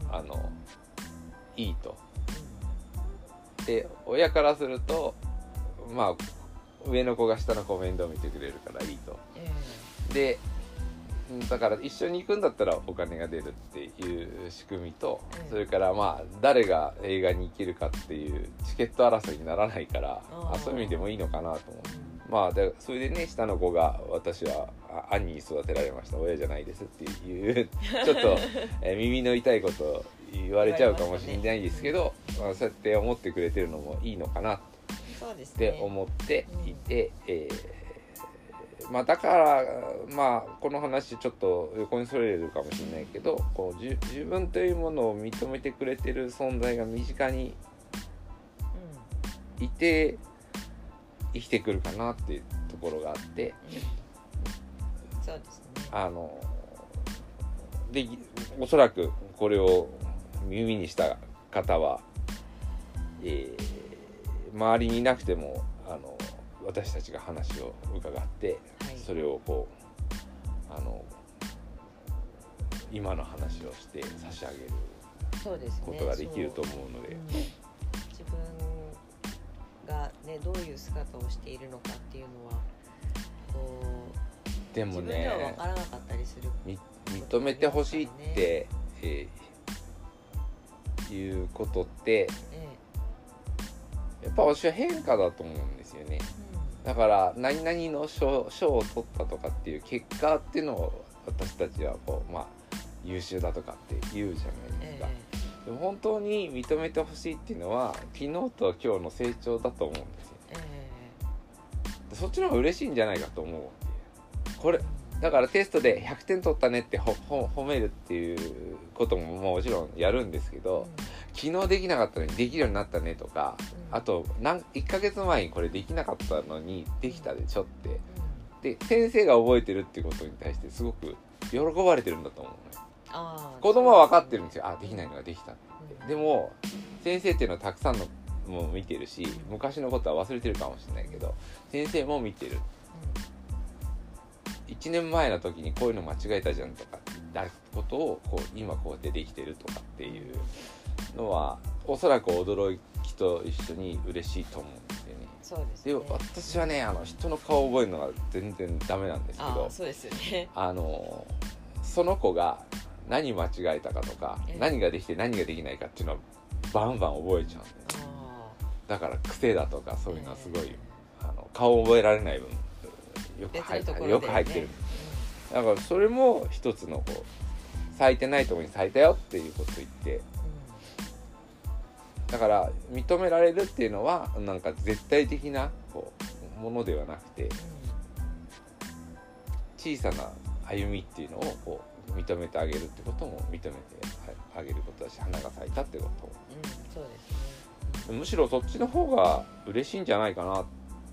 いいと。で親からすると上の子が下の子を面倒見てくれるからいいと。でだから一緒に行くんだったらお金が出るっていう仕組みと、それから誰が映画に行けるかっていうチケット争いにならないから、そういう意味でもいいのかなと思う。でそれでね、下の子が私は兄に育てられました、親じゃないですっていうちょっと耳の痛いことを言われちゃうかもしれないですけど、そうやって思ってくれてるのもいいのかなって思っていて、だからこの話ちょっと横にそれるかもしれないけど、自分というものを認めてくれてる存在が身近にいて生きてくるかなっていうところがあって、 そうですね。 でおそらくこれを耳にした方は、周りにいなくても私たちが話を伺って、それを今の話をして差し上げることができると思うので、 自分どういう姿をしているのかっていうのはこうでもね、 自分では分からなかったりする、 認めてほしいって、いうことって、やっぱ私は変化だと思うんですよね。だから何々の賞を取ったとかっていう結果っていうのを私たちはこう、まあ優秀だとかって言うじゃないですか、でも本当に認めてほしいっていうのは昨日と今日の成長だと思うんですよ、そっちの方が嬉しいんじゃないかと思う。これだからテストで100点取ったねって褒めるっていうことももちろんやるんですけど、昨日できなかったのにできるようになったねとか、あと1ヶ月前にこれできなかったのにできたでしょって、で先生が覚えてるっていうことに対してすごく喜ばれてるんだと思うね。子供は分かってるんですよ。あ、できないのができたって、でも先生っていうのはたくさんのも見てるし、昔のことは忘れてるかもしれないけど先生も見てる。1年前の時にこういうの間違えたじゃんとかだことをこう今こうやってできてるとかっていうのはおそらく驚きと一緒に嬉しいと思うんですよね。 そうですね。 で私はね人の顔を覚えるのが全然ダメなんですけど、 そうですよね。 その子が何間違えたかとか、何ができて何ができないかっていうのはバンバン覚えちゃうんですよ。だから癖だとかそういうのはすごい、顔を覚えられない分よく入ってる、だからそれも一つのこう咲いてないところに咲いたよっていうことを言って、だから認められるっていうのはなんか絶対的なこうものではなくて、小さな歩みっていうのをこう認めてあげるってことも認めてあげることだし、花が咲いたってことも、 そうですね。 むしろそっちの方が嬉しいんじゃないかな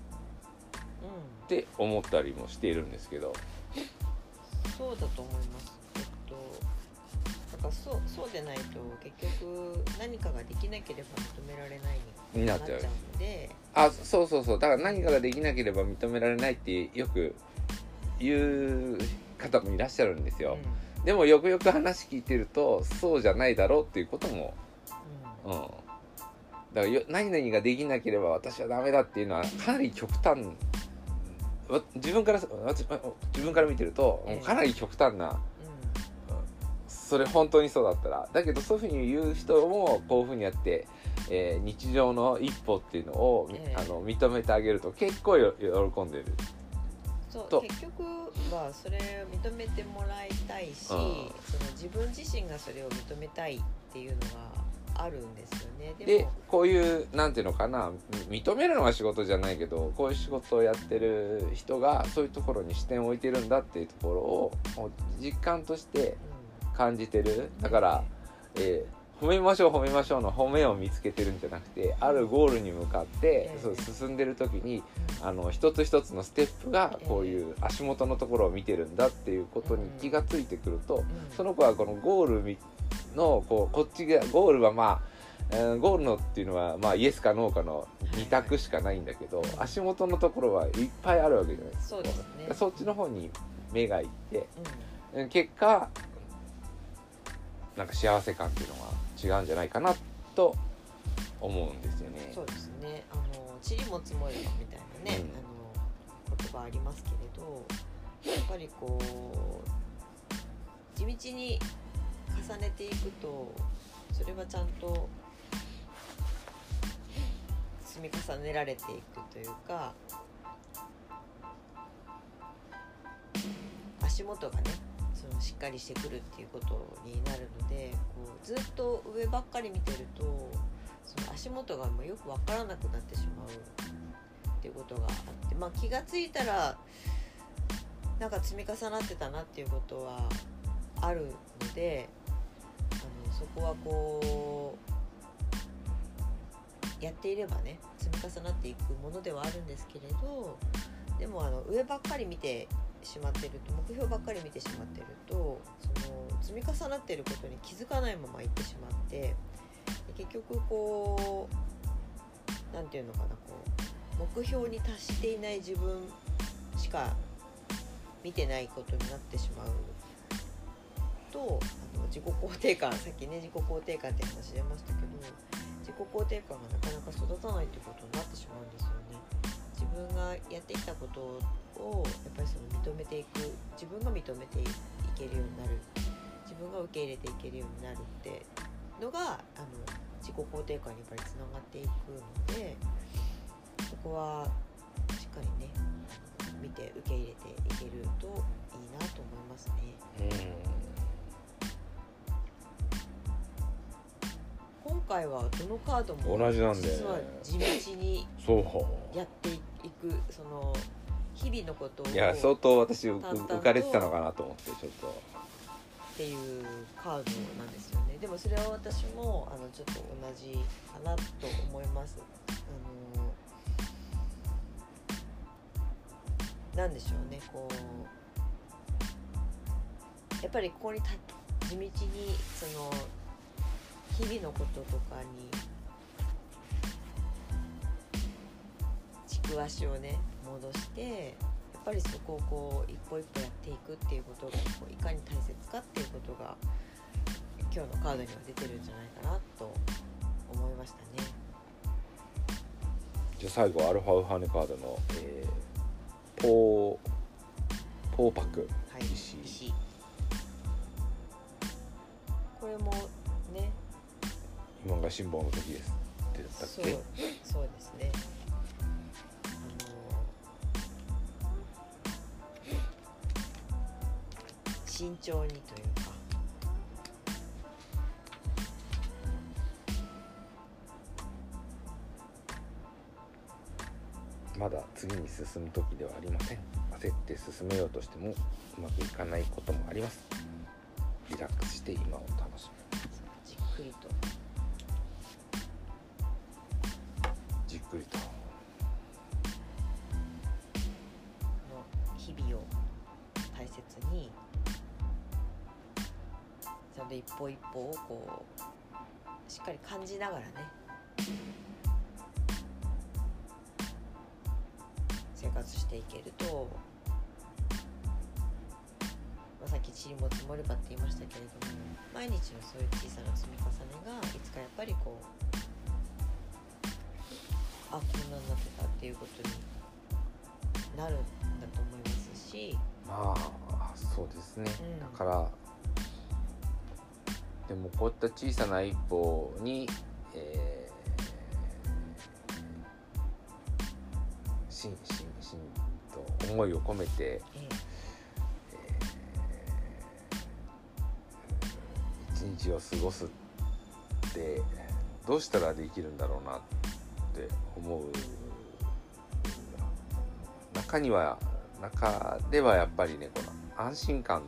って思ったりもしているんですけど。 そうだと思います。なんかそうでないと結局何かができなければ認められないになっちゃうので、 そうだから何かができなければ認められないってよく言う方もいらっしゃるんですよ、でもよくよく話聞いてるとそうじゃないだろうっていうことも、だから何々ができなければ私はダメだっていうのはかなり極端、自分から見てるとかなり極端な、それ本当にそうだったらだけどそういうふうに言う人もこういうふうにやって、日常の一歩っていうのを、認めてあげると結構喜んでる。 そう結局はそれを認めてもらいたいし、その自分自身がそれを認めたいっていうのがあるんですよね。 でこういうなんていうのかな、認めるのが仕事じゃないけどこういう仕事をやってる人がそういうところに視点を置いてるんだっていうところを実感として感じてる。だから、褒めましょうの褒めを見つけてるんじゃなくて、あるゴールに向かって、そう進んでる時に一つ一つのステップがこういう足元のところを見てるんだっていうことに気がついてくると、その子はこのゴールのこっちがゴールはゴールのっていうのはイエスかノーかの2択しかないんだけど、足元のところはいっぱいあるわけじゃないですか。 そうですね。 そっちの方に目がいって、結果なんか幸せ感っていうのが違うんじゃないかなと思うんですよね。 そうですね。塵も積もればみたいなね、言葉ありますけれど、やっぱりこう地道に重ねていくとそれはちゃんと積み重ねられていくというか、足元がねしっかりしてくるっていうことになるので、こうずっと上ばっかり見てるとその足元がよく分からなくなってしまうっていうことがあって、気がついたらなんか積み重なってたなっていうことはあるので、そこはこうやっていればね積み重なっていくものではあるんですけれど、でも上ばっかり見てしまってると、目標ばっかり見てしまってると、その積み重なっていることに気づかないままいってしまって、結局こうなんていうのかな、こう目標に達していない自分しか見てないことになってしまうと、自己肯定感、さっきね自己肯定感って話出ましたけど、自己肯定感がなかなか育たないってことになってしまうんですよね。 やってきたことをやっぱりその認めていく、自分が認めていけるようになる、自分が受け入れていけるようになるってのが自己肯定感にやっぱりつながっていくので、そこはしっかりね見て受け入れていけるといいなと思いますね。今回はどのカードも同じなんで実は地道にやっていく、その日々のことをいや相当私浮かれてたのかなと思ってちょっとっていうカードなんですよね。でもそれは私もちょっと同じかなと思います。なんでしょうね、こうやっぱりここに地道にその日々のこととかに軸足をね戻して、やっぱりそこをこう一歩一歩やっていくっていうことがこういかに大切かっていうことが今日のカードには出てるんじゃないかなと思いましたね。 じゃあ最後アルファウハネカードの、ポーパク、 はい、石これもね今が辛抱の時ですってだったっけ。 そうですね。慎重にというか、 まだ次に進む時ではありません。焦って進めようとしてもうまくいかないこともあります。リラックスして今を楽しむ。 じっくりとの日々を大切にちゃんと一歩一歩をこうしっかり感じながらね生活していけると、さっき塵も積もればって言いましたけれども、毎日のそういう小さな積み重ねがいつかやっぱりこうこんなになってたっていうことになるんだと思いますし、 まあそうですね、だからでもこういった小さな一歩に、しんと思いを込めて、一日を過ごすってどうしたらできるんだろうなって思う。中ではやっぱりねこの安心感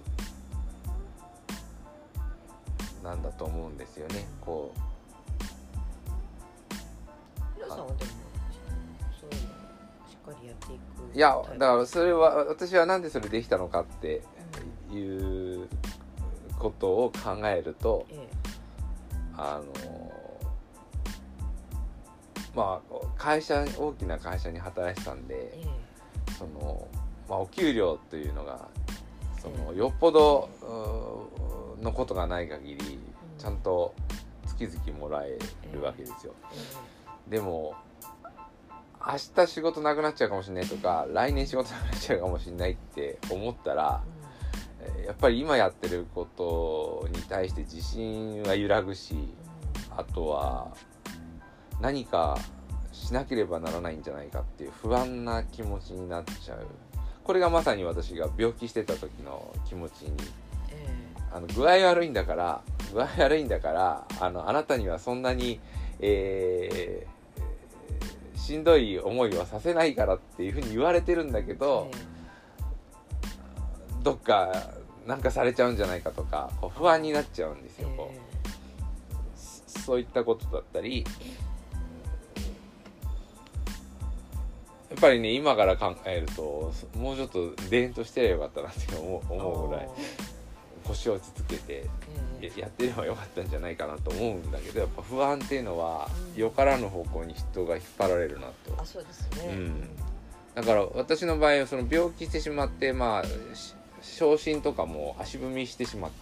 なんだと思うんですよね。こう皆さんはでもそういうのしっかりやっていく。 いやだからそれは私はなんでそれできたのかっていうことを考えると、まあ大きな会社に働いてたんで、そのお給料というのがそのよっぽどのことがない限りちゃんと月々もらえるわけですよ。でも明日仕事なくなっちゃうかもしれないとか来年仕事なくなっちゃうかもしれないって思ったら、やっぱり今やってることに対して自信は揺らぐし、あとは何かしなければならないんじゃないかっていう不安な気持ちになっちゃう。これがまさに私が病気してた時の気持ちに、具合悪いんだからあなたにはそんなに、しんどい思いはさせないからっていうふうに言われてるんだけど、どっかなんかされちゃうんじゃないかとかこう不安になっちゃうんですよ。そういったことだったり、やっぱりね今から考えるともうちょっとデーンとしてればよかったなって思うぐらい腰を落ち着けてやってればよかったんじゃないかなと思うんだけど、やっぱ不安っていうのはよからぬ方向に人が引っ張られるなと。 そうですね、 だから私の場合はその病気してしまって、昇進とかも足踏みしてしまって、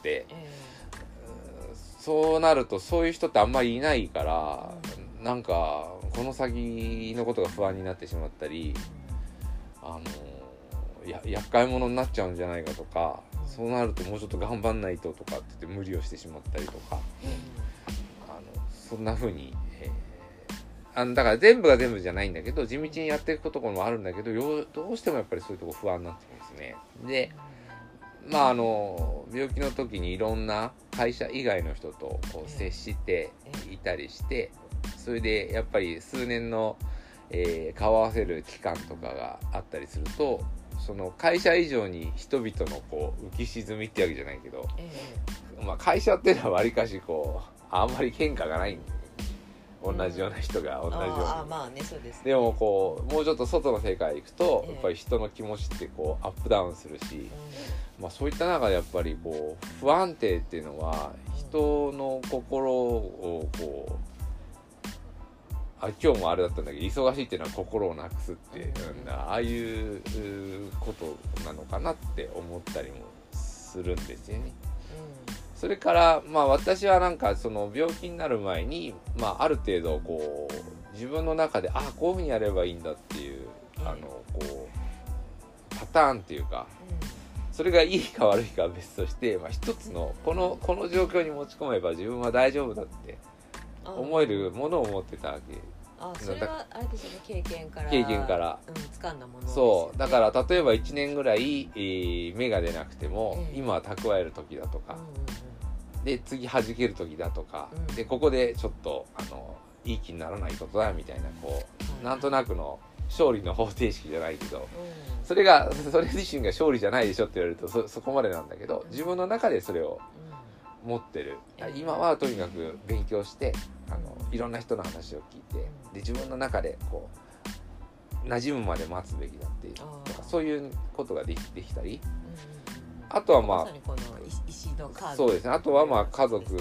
そうなるとそういう人ってあんまりいないから、なんかこの先のことが不安になってしまったり、 厄介者になっちゃうんじゃないかとか、そうなるともうちょっと頑張んないととかって言って無理をしてしまったりとか、そんな風に、だから全部が全部じゃないんだけど、地道にやっていくところもあるんだけど、どうしてもやっぱりそういうところ不安になってくるんですね。で、病気の時にいろんな会社以外の人とこう接していたりして、それでやっぱり数年の、顔合わせる期間とかがあったりすると、その会社以上に人々のこう浮き沈みってわけじゃないけど、会社っていうのはわりかしこうあんまり喧嘩がないんで、同じような人が同じように、 そうですね。 でもこうもうちょっと外の世界行くと、やっぱり人の気持ちってこうアップダウンするし、そういった中でやっぱりこう不安定っていうのは人の心をこう、今日もあれだったんだけど、忙しいっていうのは心をなくすって、ああいうことなのかなって思ったりもするんですよね。それから私はなんかその病気になる前に、ある程度こう自分の中でこういうふうにやればいいんだっていうこうパターンっていうか、それがいいか悪いかは別として、一つのこの状況に持ち込めば自分は大丈夫だって思えるものを持ってたわけ。 それはあれですよね、経験から掴んだものですよね。 そうだから例えば1年ぐらい、芽が出なくても、今は蓄える時だとか、で次弾ける時だとか、でここでちょっといい気にならないことだみたいな、こうなんとなくの勝利の方程式じゃないけど、それ自身が勝利じゃないでしょって言われると そこまでなんだけど、自分の中でそれを持ってる。今はとにかく勉強していろんな人の話を聞いて、で自分の中でこう馴染むまで待つべきだっていうとか、そういうことができたり、あとはまさにこの石のカード、 そうですね。あとは家族、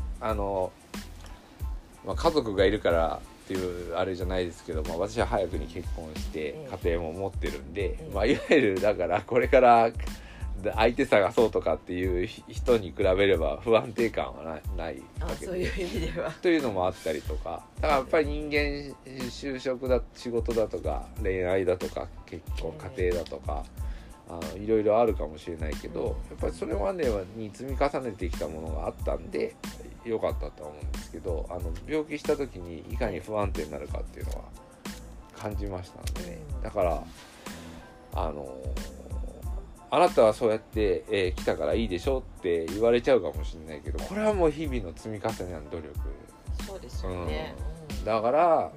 家族がいるからっていうあれじゃないですけど、私は早くに結婚して家庭も持ってるんで、いわゆるだからこれから相手探そうとかっていう人に比べれば不安定感はないわけで、 そういう意味ではというのもあったりとか、だからやっぱり人間就職だ、仕事だとか恋愛だとか結婚家庭だとか、いろいろあるかもしれないけど、やっぱりそれまでに積み重ねてきたものがあったんで良かったとは思うんですけど、病気した時にいかに不安定になるかっていうのは感じましたのでね。だからあなたはそうやって、来たからいいでしょって言われちゃうかもしれないけど、これはもう日々の積み重ねの努力。 そうですよね。 だから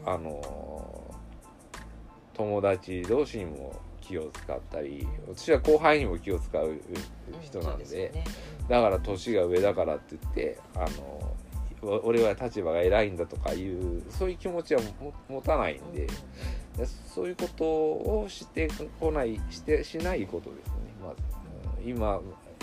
友達同士にも気を使ったり、私は後輩にも気を使う人なんで、だから年が上だからって言って俺は立場が偉いんだとかいうそういう気持ちは持たないんで、そういうことをしないことですね。まず今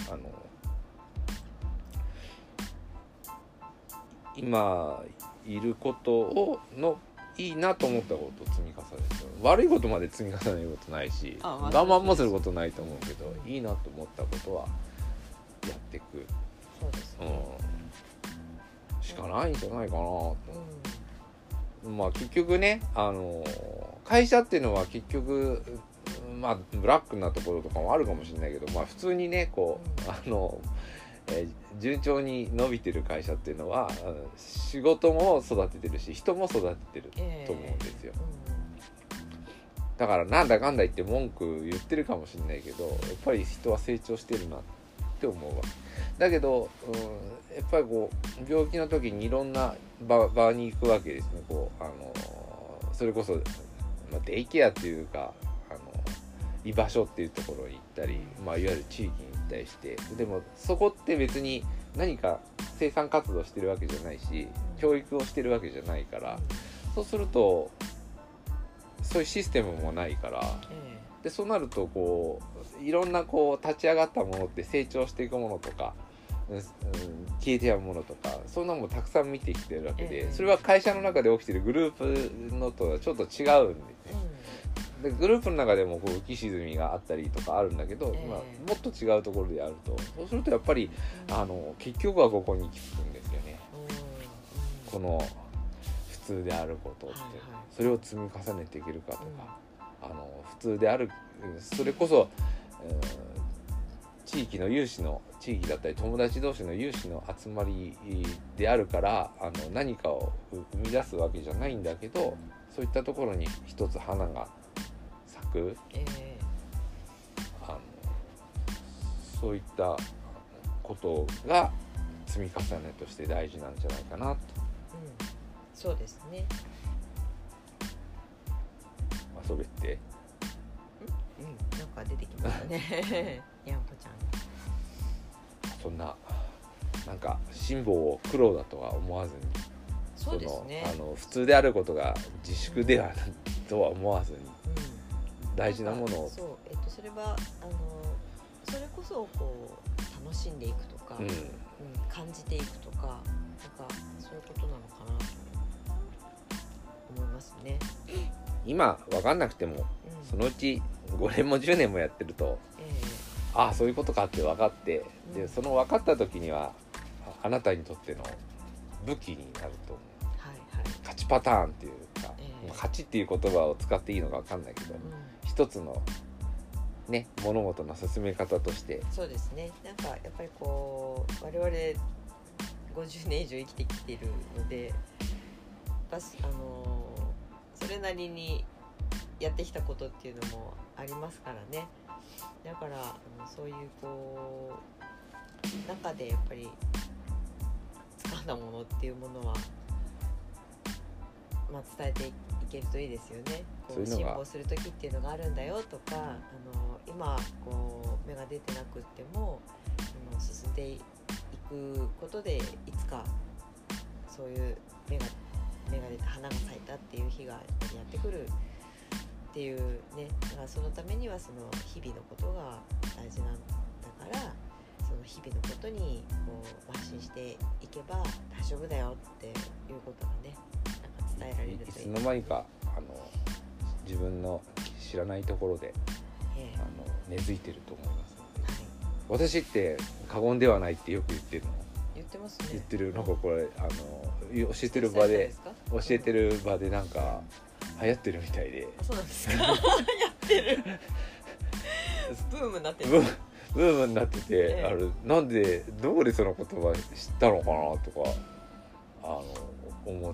いることのいいなと思ったことを積み重ねて、悪いことまで積み重ねることないし、我慢もすることないと思うけど、いいなと思ったことはやっていく、 そうですね、 しかないんじゃないかなと、結局ね会社っていうのは結局ブラックなところとかもあるかもしれないけど、普通にねこう順調に伸びてる会社っていうのは仕事も育ててるし人も育ててると思うんですよ、だからなんだかんだ言って文句言ってるかもしれないけど、やっぱり人は成長してるなって思うわけだけど、やっぱりこう病気の時にいろんな場に行くわけですね。こうそれこそ、デイケアっていうか居場所っていうところに行ったり、いわゆる地域に行ったりして、でもそこって別に何か生産活動してるわけじゃないし、教育をしてるわけじゃないから、そうするとそういうシステムもないから、でそうなるとこういろんなこう立ち上がったものって成長していくものとか、消えてやるものとか、そんなもんたくさん見てきてるわけで、それは会社の中で起きてるグループのとはちょっと違うんですね。でグループの中でもこう浮き沈みがあったりとかあるんだけど、もっと違うところでやると、そうするとやっぱり結局はここに効くんですよね、この普通であることって、それを積み重ねていけるかとか、 普通である、それこそ、地域の有志の地域だったり友達同士の有志の集まりであるから何かを生み出すわけじゃないんだけど、そういったところに一つ花が咲く、そういったことが積み重ねとして大事なんじゃないかなと、 そうですね。 遊べってなんか出てきましたねにゃんこちゃん。 そんななんか辛抱を苦労だとは思わずに、 そうですね、 普通であることが自粛ではとは思わずに、大事なものをそう、それはそれこそこう楽しんでいくとか、感じていくとか、なんかそういうことなのかなと思いますね。 今分かんなくても、そのうち5年も10年もやってると、ああそういうことかって分かって、でその分かった時にはあなたにとっての武器になると思う、勝ちパターンっていうか、勝ちっていう言葉を使っていいのか分かんないけど、一つのね物事の進め方として。そうですね。 なんかやっぱりこう我々50年以上生きてきているので、それなりにやってきたことっていうのもありますからね。だからそういうこう中でやっぱり掴んだものっていうものは、伝えていけるといいですよね。こう進歩する時っていうのがあるんだよとか、今こう芽が出てなくっても進んでいくことで、いつかそういう芽が出て花が咲いたっていう日がやってくるっていうね。だからそのためにはその日々のことが大事なんだから、その日々のことにこう邁進していけば大丈夫だよっていうことがね、なんか伝えられるといい。 いつの間にか自分の知らないところで、根付いてると思いますので、私って過言ではないってよく言ってるの。 言ってますね。 言ってる。なんかこれ教えてる場でなんか流行ってるみたいで。 そうなんですかやってるブームになってる。 ブームになってて、なんでどこでその言葉知ったのかなとか思って、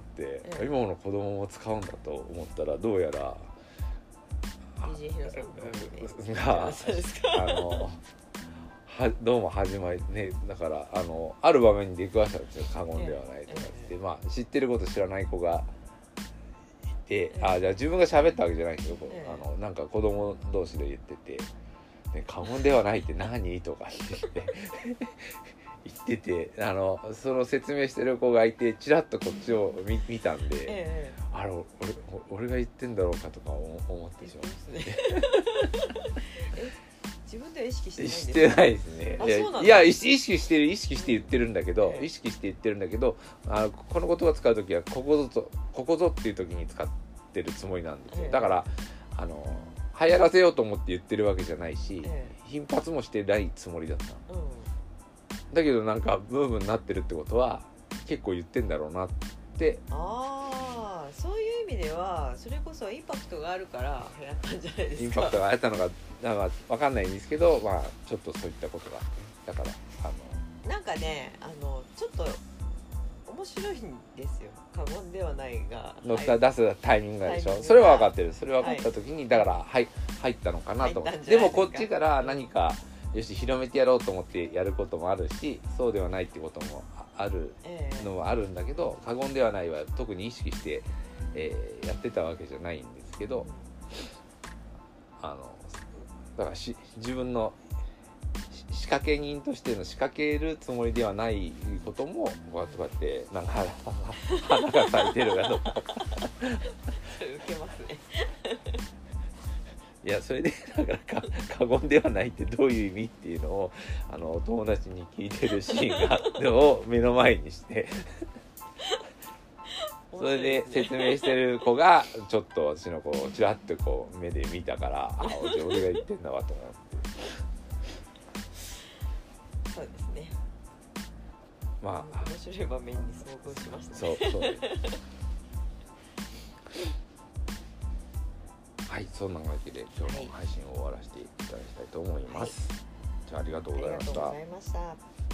今の子供も使うんだと思ったら、どうやら DJ ヒロさんがどうも始まりね。だからある場面に出くわしたんですよ。過言ではないとかって、知ってること知らない子がいて、じゃあ自分が喋ったわけじゃないけど、なんか子供同士で言ってて、過言ではないって何とか言ってて、その説明してる子がいて、チラッとこっちを見たんで、俺が言ってんだろうかとか思ってしまう。 自分では意識してないんですか？ してないですね。いや意識して言ってるんだけど、この言葉使うときはここぞっていう時に使ってるつもりなんですよ。だから流行らせようと思って言ってるわけじゃないし、頻発もしてないつもりだった、だけどなんかブームになってるってことは結構言ってんだろうなって。 そういう意味ではそれこそインパクトがあるから流行ったんじゃないですか。 インパクトがあったのかなんか分かんないんですけど、ちょっとそういったことがあって、だからなんかねちょっと面白いんですよ。過言ではないが出すタイミングでしょ。それは分かってる。それ分かった時に、だから入ったのかなと思って。でもこっちから何かよし広めてやろうと思ってやることもあるし、そうではないってこともあるのはあるんだけど、過言ではないは特に意識して、やってたわけじゃないんですけど、だから自分の仕掛け人としての仕掛けるつもりではないこともこうやってなんか花が咲いてるかとかそれ受けますねいやそれでだから過言ではないってどういう意味っていうのを友達に聞いてるシーンがを目の前にしてそれで説明してる子がちょっと私の子をちらっとこう目で見たから、俺が言ってんだわと思って。 そうですね。面白い場面に遭遇しましたね。 そうはい、そんなわけで今日の配信を終わらせていただきたいと思います。じゃあありがとうございました。 ありがとうございました。